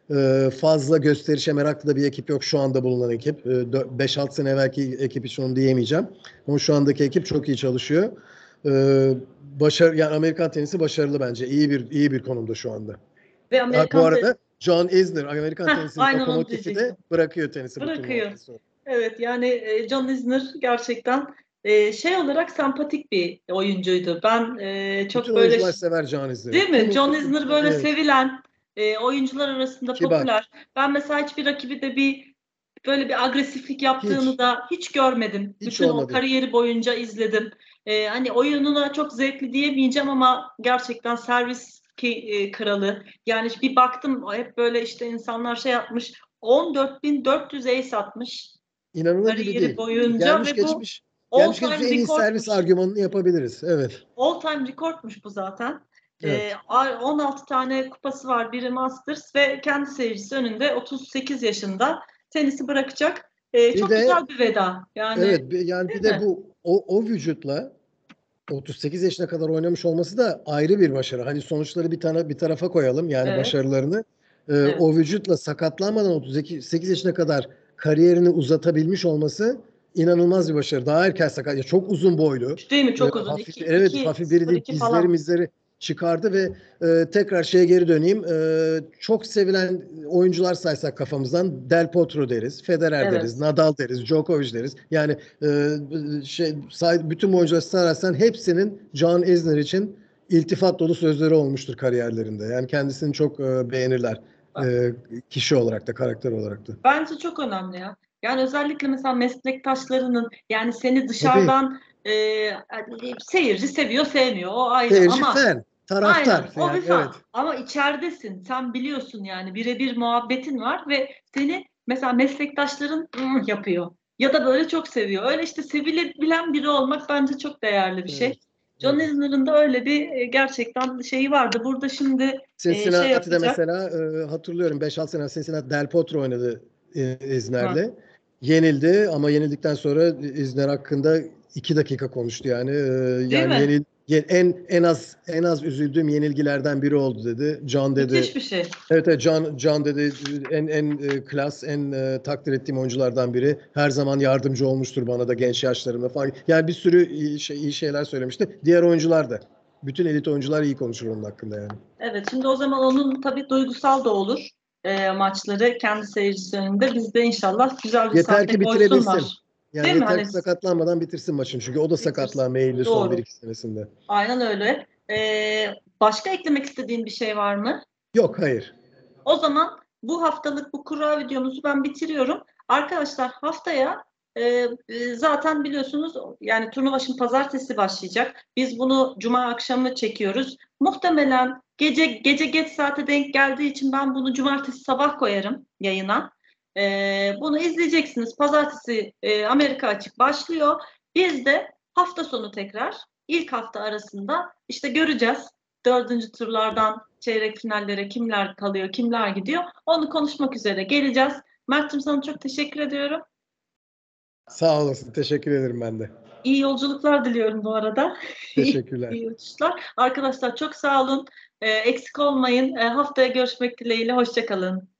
E, fazla gösterişe meraklı da bir ekip yok şu anda bulunan ekip. E, beş altı sene evvelki ekip için onu diyemeyeceğim. Ama şu andaki ekip çok iyi çalışıyor. E, başarı yani Amerikan tenisi başarılı bence. İyi bir iyi bir konumda şu anda. Ve Ha, bu Amerikan te- arada John Isner, Amerikan Heh, tenisinin aynen onu lokomotifi de diyecektim. bırakıyor tenisi bu Bırakıyor. turnuvadan sonra. Evet yani e, John Isner gerçekten e, şey olarak sempatik bir oyuncuydu. Ben e, Bütün çok böyle oyuncular ş- sever John Isner'i. değil mi? Kim John olursa Isner olsun, böyle evet. sevilen e, oyuncular arasında Kibar. popüler. Ben mesela hiçbir rakibi de bir böyle bir agresiflik yaptığını Hiç. da hiç görmedim. Hiç Bütün o olmadı. kariyeri boyunca izledim. E, hani oyununa çok zevkli diyemeyeceğim ama gerçekten servis ki e, kralı. Yani bir baktım hep böyle işte insanlar şey yapmış. on dört bin dört yüz ace atmış İnanılır gibi kariyeri değil. boyunca Gelmiş ve bu geçmiş. all Gelmiş geçmiş time en iyi servis rekortmuş. argümanını yapabiliriz. Evet. All time rekortmuş bu zaten. Ee, Evet. on altı tane kupası var. Biri Masters ve kendi seyircisi önünde otuz sekiz yaşında tenisi bırakacak. Ee, Bir çok güzel de bir veda. Yani evet bir- yani bir değil de mi? bu o, o vücutla otuz sekiz yaşına kadar oynamış olması da ayrı bir başarı. Hani sonuçları bir tane bir tarafa koyalım yani Evet. başarılarını. Ee, Evet. o vücutla sakatlanmadan otuz sekiz yaşına kadar kariyerini uzatabilmiş olması inanılmaz bir başarı. Daha erken sakat, ya çok uzun boylu. Değil mi? Ee, Çok uzun. hafif iki, evet iki, hafif biri sıfır değil iki dizleri falan. mizleri çıkardı ve e, tekrar şeye geri döneyim. E, çok sevilen oyuncular saysak kafamızdan Del Potro deriz, Federer deriz, Evet. Nadal deriz, Djokovic deriz. Yani e, şey say, bütün oyuncuları sayarsan hepsinin John Isner için iltifat dolu sözleri olmuştur kariyerlerinde. Yani kendisini çok e, beğenirler. e, kişi olarak da, karakter olarak da. Bence çok önemli ya. Yani özellikle mesela meslektaşlarının, yani seni Tabii. dışarıdan e, hani seyirci seviyor sevmiyor o ayrı Seyirci ama fan, taraftar. aynen o Yani bir fan evet. ama içeridesin sen biliyorsun yani birebir muhabbetin var ve seni mesela meslektaşların "Hmm" yapıyor ya da böyle çok seviyor. Öyle işte sevilebilen biri olmak bence çok değerli bir şey. Evet. John Evet. Lennor'ın da öyle bir e, gerçekten şeyi vardı. Burada şimdi e, şey Cincinnati'de yapacak. mesela e, hatırlıyorum beş altı sene Cincinnati Del Potro oynadı e, Ha. İzner'le. Yenildi ama yenildikten sonra İzner hakkında iki dakika konuştu yani. E, Değil yani mi? yenil ye- en en az en az üzüldüğüm yenilgilerden biri oldu dedi. John dedi. Müthiş bir şey. Evet, evet John, John dedi en en e, klas, en e, takdir ettiğim oyunculardan biri. Her zaman yardımcı olmuştur bana da genç yaşlarımda falan. Yani bir sürü iyi, şey, iyi şeyler söylemişti. Diğer oyuncular da. Bütün elit oyuncular iyi konuşur onun hakkında yani. Evet, şimdi o zaman onun tabii duygusal da olur e, maçları kendi seyircisi önünde. Biz de inşallah güzel bir Yeter sahne ki bitirebilsin. koysunlar. Yani Değil mi? yeter Hani ki sakatlanmadan bitirsin maçını. Çünkü o da sakatlığa bitirsin. meyilli son bir Doğru. iki senesinde. Aynen öyle. E, başka eklemek istediğin bir şey var mı? Yok, hayır. O zaman bu haftalık bu kura videomuzu ben bitiriyorum. Arkadaşlar haftaya e, e, zaten biliyorsunuz yani turnuva şimdi pazartesi başlayacak. Biz bunu cuma akşamı çekiyoruz. Muhtemelen gece gece geç saate denk geldiği için ben bunu cumartesi sabah koyarım yayına. E, bunu izleyeceksiniz. Pazartesi e, Amerika açık başlıyor. Biz de hafta sonu tekrar ilk hafta arasında işte göreceğiz. Dördüncü turlardan çeyrek finallere kimler kalıyor, kimler gidiyor. Onu konuşmak üzere geleceğiz. Mert'cim sana çok teşekkür ediyorum. Sağ olasın. Teşekkür ederim ben de. İyi yolculuklar diliyorum bu arada. Teşekkürler. İyi uçuşlar. Arkadaşlar çok sağ olun. Ee, eksik olmayın. Ee, haftaya görüşmek dileğiyle. Hoşça kalın.